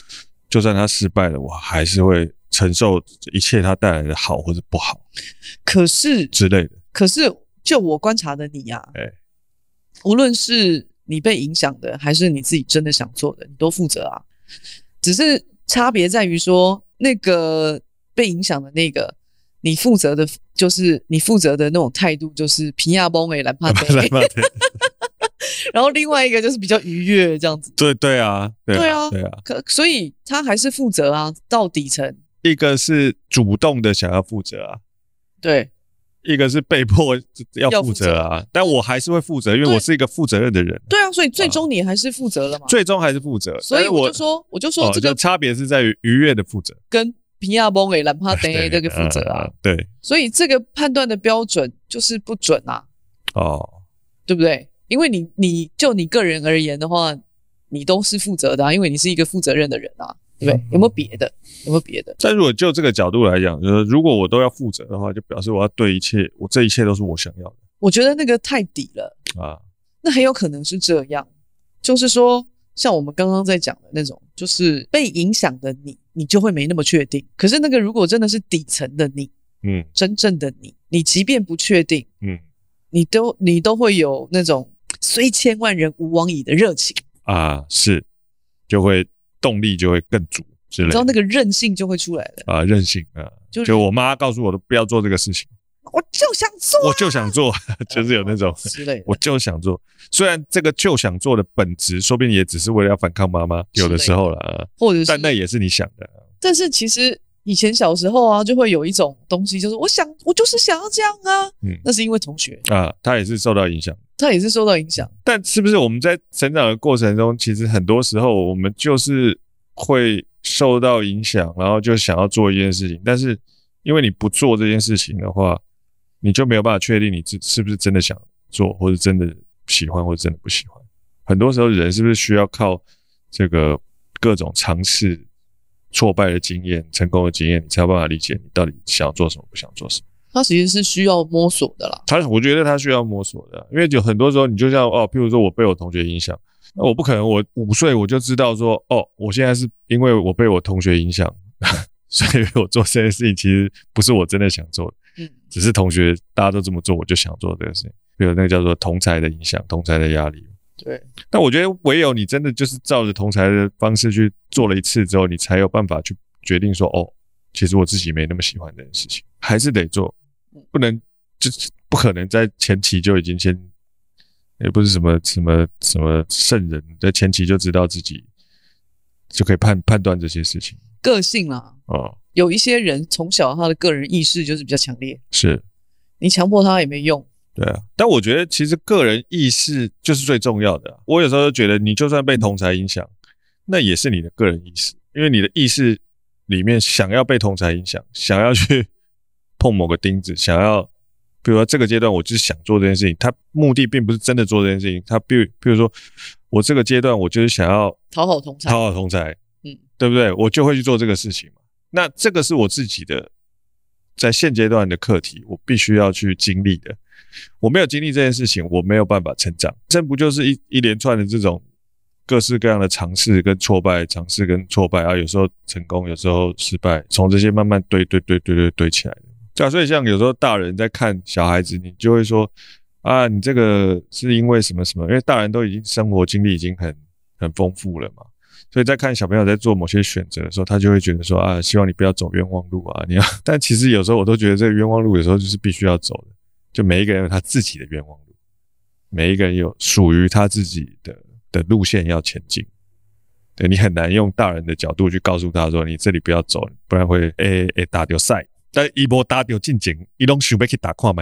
S1: 就算他失败了，我还是会承受一切他带来的好或者不好，
S2: 可是
S1: 之类的。
S2: 可是就我观察的你啊，
S1: 欸、
S2: 无论是你被影响的，还是你自己真的想做的，你都负责啊。只是差别在于说，那个被影响的那个，你负责的，就是你负责的那种态度，就是皮亚崩诶，蓝帕德。然后另外一个就是比较愉悦这样子。
S1: 对对啊，对啊，
S2: 对啊，
S1: 对啊。
S2: 可所以他还是负责啊，到底层。
S1: 一个是主动的想要负责啊，
S2: 对。
S1: 一个是被迫要负责啊，但我还是会负责，因为我是一个负责任的人。
S2: 对啊，所以最终你还是负责了嘛？
S1: 啊、最终还是负责。
S2: 所以我就说，我就说这个、
S1: 哦、差别是在于愉悦的负责，
S2: 跟皮亚崩诶蓝帕德这个负责啊、
S1: 呃。对。
S2: 所以这个判断的标准就是不准啊。
S1: 哦，
S2: 对不对？因为你你就你个人而言的话，你都是负责的啊，因为你是一个负责任的人啊。对不对？有没有别的？有没有别的？
S1: 但如果就这个角度来讲，就是如果我都要负责的话，就表示我要对一切，我这一切都是我想要的。
S2: 我觉得那个太底了啊，那很有可能是这样，就是说，像我们刚刚在讲的那种，就是被影响的你，你就会没那么确定。可是那个如果真的是底层的你，嗯，真正的你，你即便不确定，嗯，你都你都会有那种虽千万人吾往矣的热情
S1: 啊，是，就会。动力就会更足之类的，
S2: 你知道那个韧性就会出来了
S1: 啊，韧性啊，就, 就我妈告诉我的不要做这个事情，
S2: 我就想做、啊，
S1: 我就想做，就是有那种
S2: 之类的，
S1: 我就想做。虽然这个就想做的本质，说不定也只是为了要反抗妈妈，有的时候啦，
S2: 或者是，
S1: 但那也是你想的。
S2: 但是其实以前小时候啊，就会有一种东西，就是我想，我就是想要这样啊，嗯，那是因为同学
S1: 啊，他也是受到影响。
S2: 他也是受到影响，
S1: 但是不是我们在成长的过程中，其实很多时候我们就是会受到影响，然后就想要做一件事情，但是因为你不做这件事情的话，你就没有办法确定你是不是真的想做，或者真的喜欢，或者真的不喜欢。很多时候人是不是需要靠这个各种尝试、挫败的经验、成功的经验，你才有办法理解你到底想要做什么，不想做什么。
S2: 他其实是需要摸索的啦。
S1: 他，我觉得他需要摸索的，因为有很多时候，你就像哦，譬如说我被我同学影响，那我不可能我五岁我就知道说，哦，我现在是因为我被我同学影响，所以我做这件事情其实不是我真的想做的，嗯，只是同学大家都这么做，我就想做这个事情。比如那个叫做同侪的影响，同侪的压力。
S2: 对。
S1: 但我觉得唯有你真的就是照着同侪的方式去做了一次之后，你才有办法去决定说，哦，其实我自己没那么喜欢这件事情，还是得做。不能，就不可能在前期就已经先，也不是什么什么什么圣人，在前期就知道自己就可以判判断这些事情。
S2: 个性啦，哦，有一些人从小他的个人意识就是比较强烈，
S1: 是，
S2: 你强迫他也没用。
S1: 对啊，但我觉得其实个人意识就是最重要的啊。我有时候就觉得，你就算被同侪影响，那也是你的个人意识，因为你的意识里面想要被同侪影响，想要去碰某个钉子，想要，比如说这个阶段我就是想做这件事情，他目的并不是真的做这件事情，他比如比如说我这个阶段我就是想要
S2: 讨好同侪，
S1: 讨好同侪，嗯，对不对？我就会去做这个事情嘛。那这个是我自己的在现阶段的课题，我必须要去经历的。我没有经历这件事情，我没有办法成长。这不就是一一连串的这种各式各样的尝试跟挫败，尝试跟挫败啊，有时候成功，有时候失败，从这些慢慢堆堆堆堆堆堆起来的。对啊，所以像有时候大人在看小孩子，你就会说啊，你这个是因为什么什么？因为大人都已经生活经历已经很很丰富了嘛，所以在看小朋友在做某些选择的时候，他就会觉得说啊，希望你不要走冤枉路啊，你要。但其实有时候我都觉得这个冤枉路有时候就是必须要走的，就每一个人有他自己的冤枉路，每一个人有属于他自己的的路线要前进。对，你很难用大人的角度去告诉他说，你这里不要走，不然会诶诶打掉赛。但他没打到进前，他都想要去打看看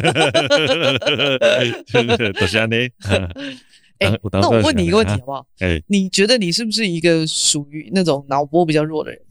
S1: 就是这样。
S2: 欸啊、那我问你一个问题好不好？欸、你觉得你是不是一个属于那种脑波比较弱的人，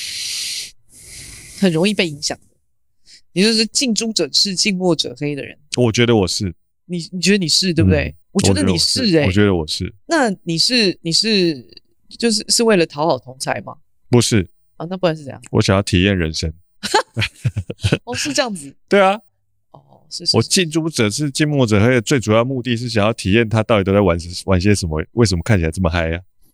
S2: 很容易被影响的？你就是近朱者赤，近墨者黑的人。
S1: 我觉得我是。
S2: 你你觉得你是对不对？嗯、我觉得你是哎、欸，
S1: 我觉得我是。
S2: 那你是你是就是是为了讨好同侪吗？
S1: 不是
S2: 啊，那不然是怎样？
S1: 我想要体验人生。
S2: 哦，是这样子。
S1: 对啊。
S2: 哦，是, 是, 是。
S1: 我近朱者赤，近墨者黑的最主要目的是想要体验他到底都在玩玩些什么，为什么看起来这么嗨啊？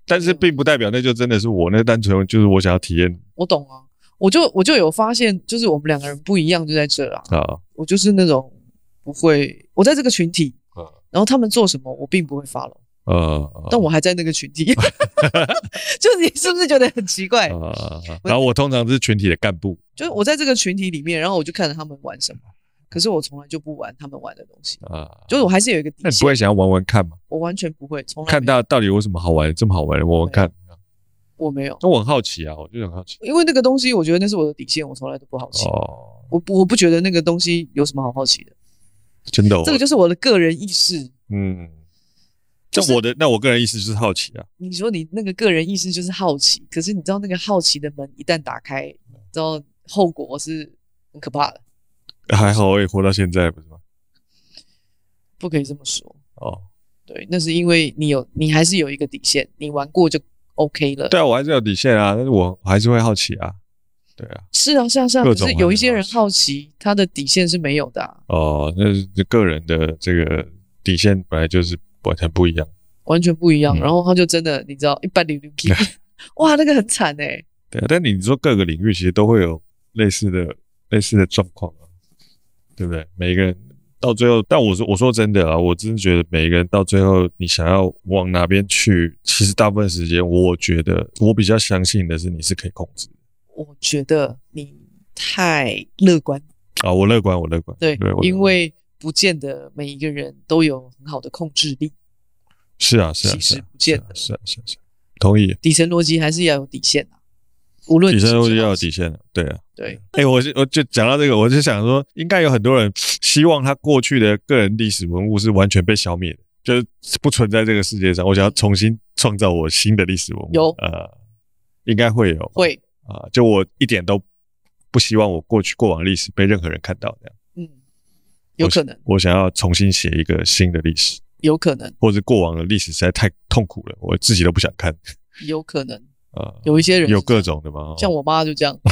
S1: 但是并不代表那就真的是我，那单纯就是我想要体验。
S2: 我懂啊，我就我就有发现，就是我们两个人不一样就在这啊。
S1: 啊，
S2: 我就是那种不会，我在这个群体，
S1: 啊
S2: 然后他们做什么我并不会 follow。
S1: 呃，
S2: 但我还在那个群体，就是你是不是觉得很奇怪？
S1: 呃、然后我通常是群体的干部，
S2: 就是我在这个群体里面，然后我就看着他们玩什么，可是我从来就不玩他们玩的东西啊，就是我还是有一个底线。
S1: 那你不会想要玩玩看吗？
S2: 我完全不会，从来
S1: 看到到底有什么好玩，这么好玩，玩玩看。
S2: 我没有，
S1: 那我很好奇啊，我就很好奇，
S2: 因为那个东西，我觉得那是我的底线，我从来都不好奇。
S1: 哦，
S2: 我不我不觉得那个东西有什么好好奇的，
S1: 真的、哦，
S2: 这个就是我的个人意识。
S1: 嗯。那我的那我个人意思就是好奇啊。
S2: 你说你那个个人意思就是好奇，可是你知道那个好奇的门一旦打开，你知道后果是很可怕的。
S1: 还好我也活到现在，不是吗？
S2: 不可以这么说
S1: 哦。
S2: 对，那是因为你有，你还是有一个底线，你玩过就 OK 了。
S1: 对啊，我还是有底线啊，但是我还是会好奇啊。对啊。
S2: 是啊，是啊，是啊。可是有一些人好奇，他的底线是没有的、啊。
S1: 哦，那是个人的这个底线本来就是完全不一样，
S2: 完全不一样。
S1: 嗯、
S2: 然后他就真的，你知道，一般流流 K， 哇，那个很惨哎、欸。
S1: 对啊，但你说各个领域其实都会有类似的类似的状况啊，对不对？每一个人到最后，但我说我说真的啊，我真的觉得每一个人到最后，你想要往哪边去，其实大部分时间，我觉得我比较相信的是你是可以控制的。
S2: 我觉得你太乐观
S1: 啊，我乐观，我乐观。
S2: 对，
S1: 对，
S2: 因为不见得每一个人都有很好的控制力。
S1: 是啊，是啊，
S2: 其实不见得。
S1: 是啊，是啊，是啊，同意。
S2: 底层逻辑还是要有底线啊，无论
S1: 底层逻辑要有底线的，对啊，
S2: 对。
S1: 哎、欸，我我就讲到这个，我就想说，应该有很多人希望他过去的个人历史文物是完全被消灭的，就是不存在这个世界上。我想要重新创造我新的历史文物。
S2: 有，
S1: 呃，应该会有，
S2: 会
S1: 啊、呃，就我一点都不希望我过去过往历史被任何人看到这样。
S2: 嗯，有可能。
S1: 我, 我想要重新写一个新的历史。
S2: 有可能，
S1: 或者过往的历史实在太痛苦了，我自己都不想看。
S2: 有可能，
S1: 呃，
S2: 有一些人
S1: 有各种的嘛，
S2: 像我妈就这样，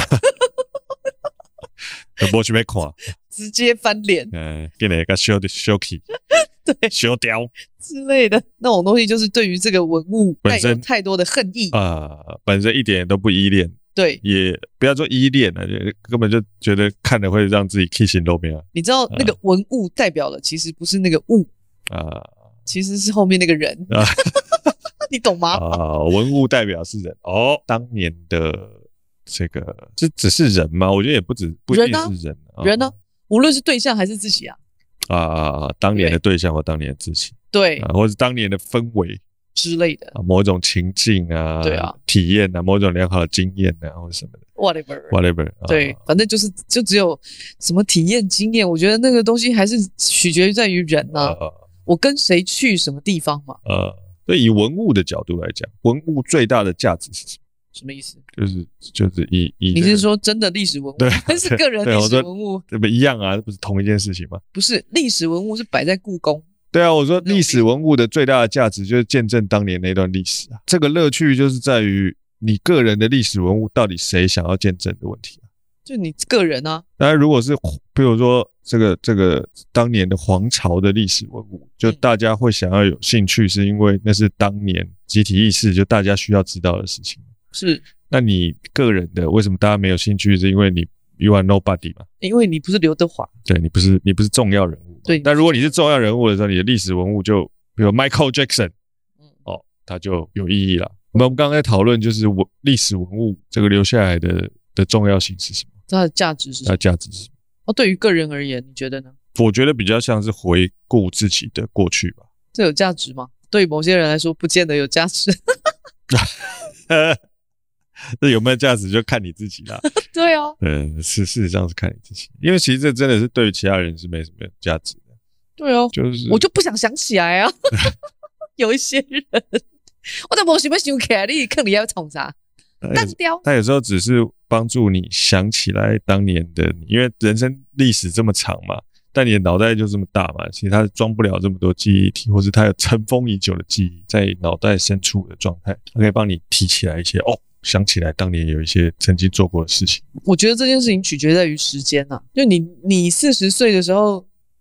S1: 不去被看，
S2: 直接翻脸，
S1: 嗯，给你一个修的修起，
S2: 对，
S1: 修掉
S2: 之类的那种东西，就是对于这个文物
S1: 本身
S2: 太多的恨意
S1: 啊、呃，本身一点都不依恋。
S2: 对，
S1: 也不要说依恋了，根本就觉得看了会让自己起心动念。
S2: 你知道那个文物代表了，其实不是那个物
S1: 啊。呃
S2: 其实是后面那个人，啊、你懂吗？
S1: 啊，文物代表是人哦。当年的这个，这只是人吗？我觉得也不止，不一定是人。
S2: 人呢、啊？人呢？无论是对象还是自己啊。
S1: 啊，当年的对象或当年的自己，
S2: 对，
S1: 啊、或者当年的氛围
S2: 之类的，
S1: 啊，某种情境啊，
S2: 对啊，
S1: 体验啊，某种良好的经验啊，或者什么的
S2: ，whatever
S1: whatever，
S2: 对，啊、反正就是就只有什么体验经验，我觉得那个东西还是取决于在于人呢、啊。呃我跟谁去什么地方嘛？
S1: 呃，所以以文物的角度来讲，文物最大的价值是什么？
S2: 什么意思？
S1: 就是就是以以、
S2: 这個、你是说真的历史文物，
S1: 对，
S2: 还是个人历史文物？
S1: 这不一样啊，这不是同一件事情吗？
S2: 不是，历史文物是摆在故宫。
S1: 对啊，我说历史文物的最大的价值就是见证当年那段历史啊。这个乐趣就是在于你个人的历史文物到底谁想要见证的问题啊。
S2: 就你个人啊。
S1: 当然，如果是比如说这个这个当年的皇朝的历史文物，就大家会想要有兴趣，是因为那是当年集体意识，就大家需要知道的事情。
S2: 是。
S1: 那你个人的为什么大家没有兴趣？是因为你 you are nobody 嘛？
S2: 因为你不是刘德华，
S1: 对，你不是你不是重要人物。
S2: 对。
S1: 但如果你是重要人物的时候，你的历史文物就比如 Michael Jackson， 哦，它就有意义了。我们刚刚在讨论就是文历史文物这个留下来的的重要性是什么？
S2: 它的价值是什么？
S1: 它的价值是什么？
S2: 哦，对于个人而言，你觉得呢？
S1: 我觉得比较像是回顾自己的过去吧。
S2: 这有价值吗？对于某些人来说，不见得有价值。
S1: 这有没有价值就看你自己啦。
S2: 对啊，
S1: 嗯，是事实上是看你自己，因为其实这真的是对于其他人是没什么价值的。
S2: 对啊，
S1: 就是
S2: 我就不想想起来啊。有一些人，我都没想要想起来，你看你要冲啥？淡掉。
S1: 他有时候只是帮助你想起来当年的你，因为人生历史这么长嘛，但你的脑袋就这么大嘛，其实它装不了这么多记忆体，或是它有尘封已久的记忆在脑袋深处的状态，它可以帮你提起来一些哦，想起来当年有一些曾经做过的事情。
S2: 我觉得这件事情取决在于时间啊，就你你四十岁的时候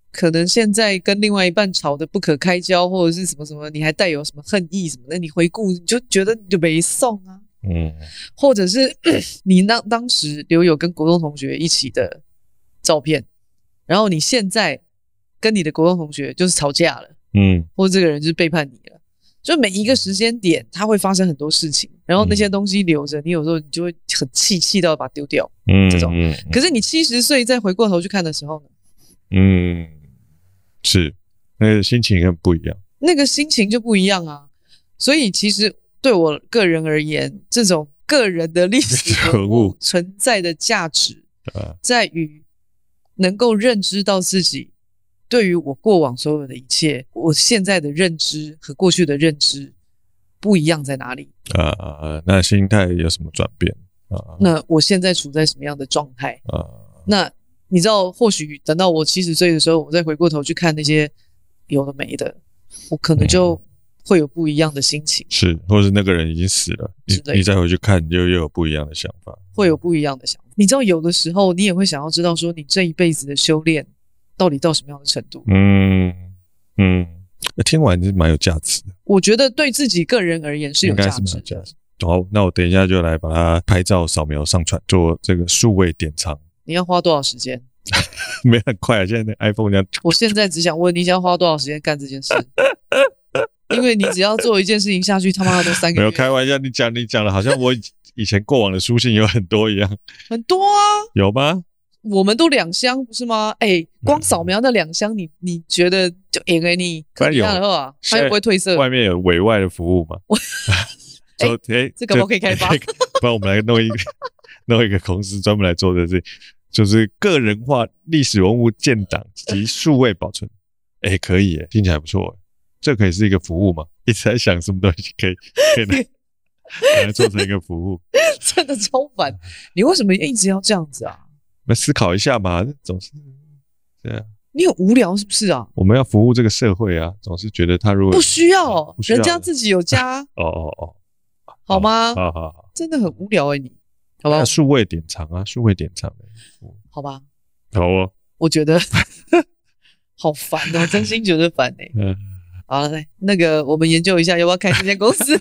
S2: 可能现在跟另外一半吵得不可开交，或者是什么什么，你还带有什么恨意什么的，你回顾你就觉得你就没送啊。
S1: 嗯，
S2: 或者是你当当时留有跟国中同学一起的照片，然后你现在跟你的国中同学就是吵架了，
S1: 嗯，
S2: 或者这个人就是背叛你了，就每一个时间点它会发生很多事情，然后那些东西留着，你有时候你就会很气，气到把它丢掉，
S1: 嗯，
S2: 这种。
S1: 嗯，
S2: 可是你七十岁再回过头去看的时候呢？
S1: 嗯，是，那个心情很不一样，
S2: 那个心情就不一样啊。所以其实对我个人而言，这种个人的历史文物存在的价值，在于能够认知到自己对于我过往所有的一切，我现在的认知和过去的认知不一样在哪里
S1: 啊、呃？那心态有什么转变啊、呃？
S2: 那我现在处在什么样的状态啊、呃？那你知道，或许等到我七十岁的时候，我再回过头去看那些有的没的，我可能就会有不一样的心情。
S1: 嗯、是，或是那个人已经死了，你你再回去看，你就又有不一样的想法，
S2: 会有不一样的想法。你知道，有的时候你也会想要知道，说你这一辈子的修炼到底到什么样的程度？
S1: 嗯嗯，听完是蛮有价值的。
S2: 我觉得对自己个人而言是有价值的。
S1: 好，那我等一下就来把它拍照、扫描、上传，做这个数位典藏。
S2: 你要花多少时间？
S1: 没很快啊，现在那 iPhone 这样。
S2: 我现在只想问你，想要花多少时间干这件事？因为你只要做一件事情下去，他妈的都三个月。
S1: 没有开玩笑，你讲你讲的好像我以前过往的书信有很多一样。
S2: 很多啊。
S1: 有吗？
S2: 我们都两箱不是吗？哎、欸，光扫描那两箱，你你觉得就赢给你？可以的话，它又不会褪色。
S1: 外面有委外的服务嘛？
S2: 哎、欸，这个我可以开发。
S1: 不然我们来弄一个弄一个公司专门来做这事，就是个人化历史文物建档及数位保存。哎、欸，可以耶，听起来不错耶。这可以是一个服务嘛？一直在想什么东西可以可以来来做成一个服务，
S2: 真的超烦。你为什么一直要这样子啊？
S1: 来思考一下嘛，总是这样。
S2: 你很无聊是不是啊？
S1: 我们要服务这个社会啊，总是觉得他如果
S2: 不需要，
S1: 不需要
S2: 人家自己有家。
S1: 哦哦哦，
S2: 好吗？
S1: 好好好，
S2: 真的很无聊哎、欸，你好吧？
S1: 数位典藏啊，数位典藏、欸，
S2: 好吧？
S1: 好哦，
S2: 我觉得好烦哦，真心觉得烦哎、欸。嗯，好，来那个我们研究一下，要不要开这间公司？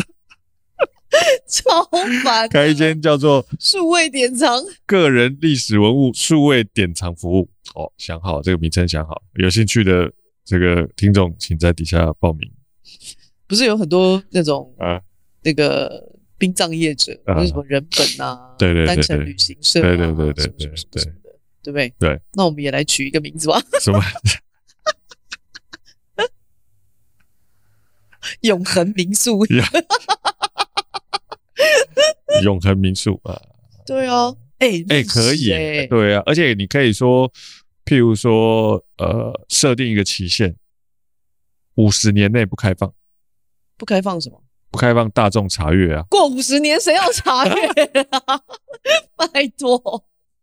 S2: 超烦！
S1: 开一间叫做
S2: 数位典藏
S1: 个人历史文物数位典藏服务。哦，想好这个名称，想好，有兴趣的这个听众，请在底下报名。
S2: 不是有很多那种
S1: 啊，
S2: 那个殡葬业者，或者什么人本啊，
S1: 对对对，
S2: 单程旅行社、啊，
S1: 对对对对对对
S2: 对，对不对？
S1: 对，
S2: 那我们也来取一个名字吧。
S1: 什么？
S2: 永恒民宿。
S1: 永恒民宿啊，
S2: 对啊，哎、欸、
S1: 哎、欸，可以、欸，对啊，而且你可以说，譬如说，呃，设定一个期限，五十年内不开放，
S2: 不开放什么？
S1: 不开放大众查阅啊！
S2: 过五十年谁要查阅啊？拜托，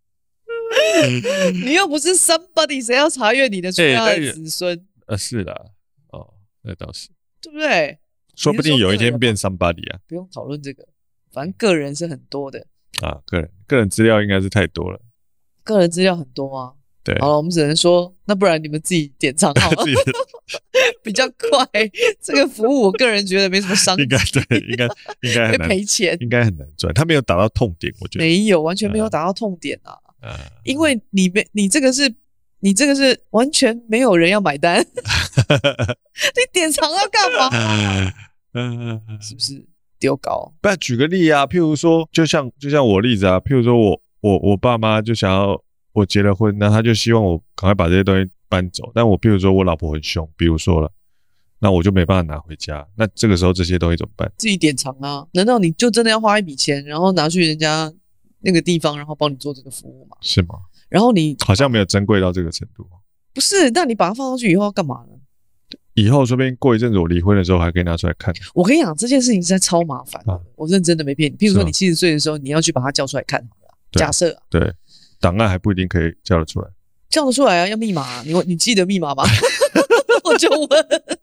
S2: 你又不是 somebody， 谁要查阅你的出家的子孙、欸？
S1: 呃，是啦，哦，那倒是，
S2: 对不对？
S1: 说不定有一天变 somebody 啊！
S2: 不用讨论这个。反正个人是很多的
S1: 啊，个人个人资料应该是太多了，
S2: 个人资料很多啊。
S1: 对，
S2: 好了，我们只能说，那不然你们自己典藏好了，比较快。这个服务我个人觉得没什么商机，
S1: 应该对，应该应该很难
S2: 赔钱，
S1: 应该很难赚。他没有打到痛点，我觉得
S2: 没有，完全没有打到痛点啊。
S1: 啊，
S2: 因为你没你这个是，你这个是完全没有人要买单，你典藏要干嘛？嗯，是不是？丢高，
S1: 不然举个例啊，譬如说，就像就像我例子啊，譬如说我我我爸妈就想要我结了婚，那他就希望我赶快把这些东西搬走，但我譬如说我老婆很凶，比如说了，那我就没办法拿回家，那这个时候这些东西怎么办？
S2: 自己典藏啊？难道你就真的要花一笔钱，然后拿去人家那个地方，然后帮你做这个服务吗？
S1: 是吗？
S2: 然后你
S1: 好像没有珍贵到这个程度。
S2: 不是，那你把它放上去以后要干嘛呢？
S1: 以后说不定过一阵子我离婚的时候还可以拿出来看。
S2: 我跟你讲，这件事情实在超麻烦的、啊，我认真的没骗你。譬如说你七十岁的时候，你要去把它叫出来看好了，假设、啊、
S1: 对，档案还不一定可以叫得出来，
S2: 叫得出来啊，要密码、啊，你你记得密码吗？我就问，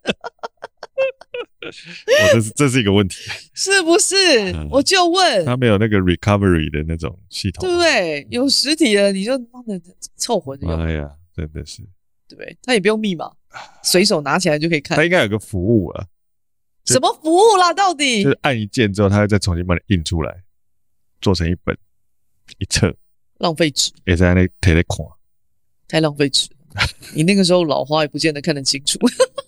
S1: 我这是这是一个问题，
S2: 是不是？嗯、我就问，
S1: 他没有那个 recovery 的那种系统，
S2: 对不对？有实体的你就妈的凑合着用，
S1: 哎呀，真的是。
S2: 对不对？他也不用密码，随手拿起来就可以看。
S1: 他应该有个服务啊。
S2: 什么服务啦？到底
S1: 就是按一键之后，他会再重新帮你印出来，做成一本一册。
S2: 浪费纸，
S1: 也在那贴在看，
S2: 太浪费纸。你那个时候老花也不见得看得清楚。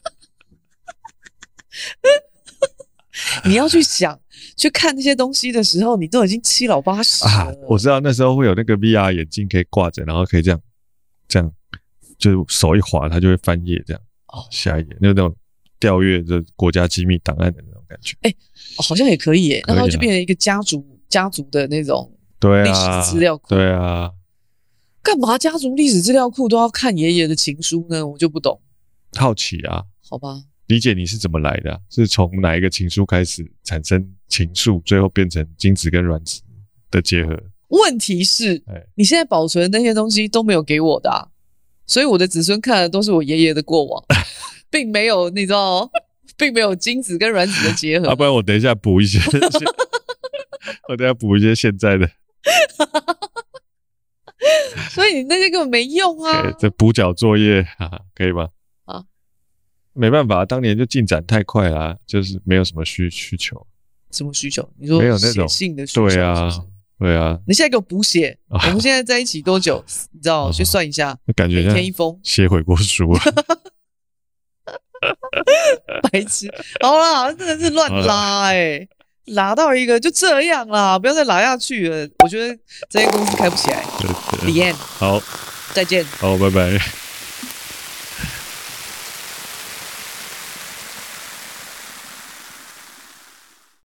S2: 你要去想去看那些东西的时候，你都已经七老八十了、啊。
S1: 我知道那时候会有那个 V R 眼镜可以挂着，然后可以这样这样，就是手一滑，它就会翻页这样。哦，下一页那种调阅的国家机密档案的那种感觉。
S2: 哎、欸哦，好像也可以耶，然后就变成一个家族家族的那种
S1: 对
S2: 历史资料库。
S1: 对啊，
S2: 干嘛家族历史资料库都要看爷爷的情书呢？我就不懂。
S1: 好奇啊，
S2: 好吧。
S1: 理解你是怎么来的、啊？是从哪一个情书开始产生情愫，最后变成精子跟卵子的结合？
S2: 问题是，你现在保存的那些东西都没有给我的、啊，所以我的子孙看的都是我爷爷的过往，并没有你知道，并没有精子跟卵子的结合。
S1: 要、啊、不然我等一下补一些，我等一下补一些现在的。
S2: 所以你那些根本没用啊！
S1: 这补缴作业哈哈，可以吗？
S2: 啊，没
S1: 办法，当年就进展太快啦、啊，就是没有什么需需求。
S2: 什么需求？你说
S1: 没有那种
S2: 写信的需求是不是？
S1: 对啊，对啊。
S2: 你现在给我补写、啊，我们现在在一起多久？你知道？去算一下，
S1: 感觉
S2: 每天一封，
S1: 写悔过书啊。
S2: 白痴，好啦，真的是乱拉哎、欸。拉到一个就这样啦，不要再拉下去了。我觉得这间公司开不起来。
S1: 对对
S2: The end。
S1: 好，
S2: 再见。
S1: 好，拜拜。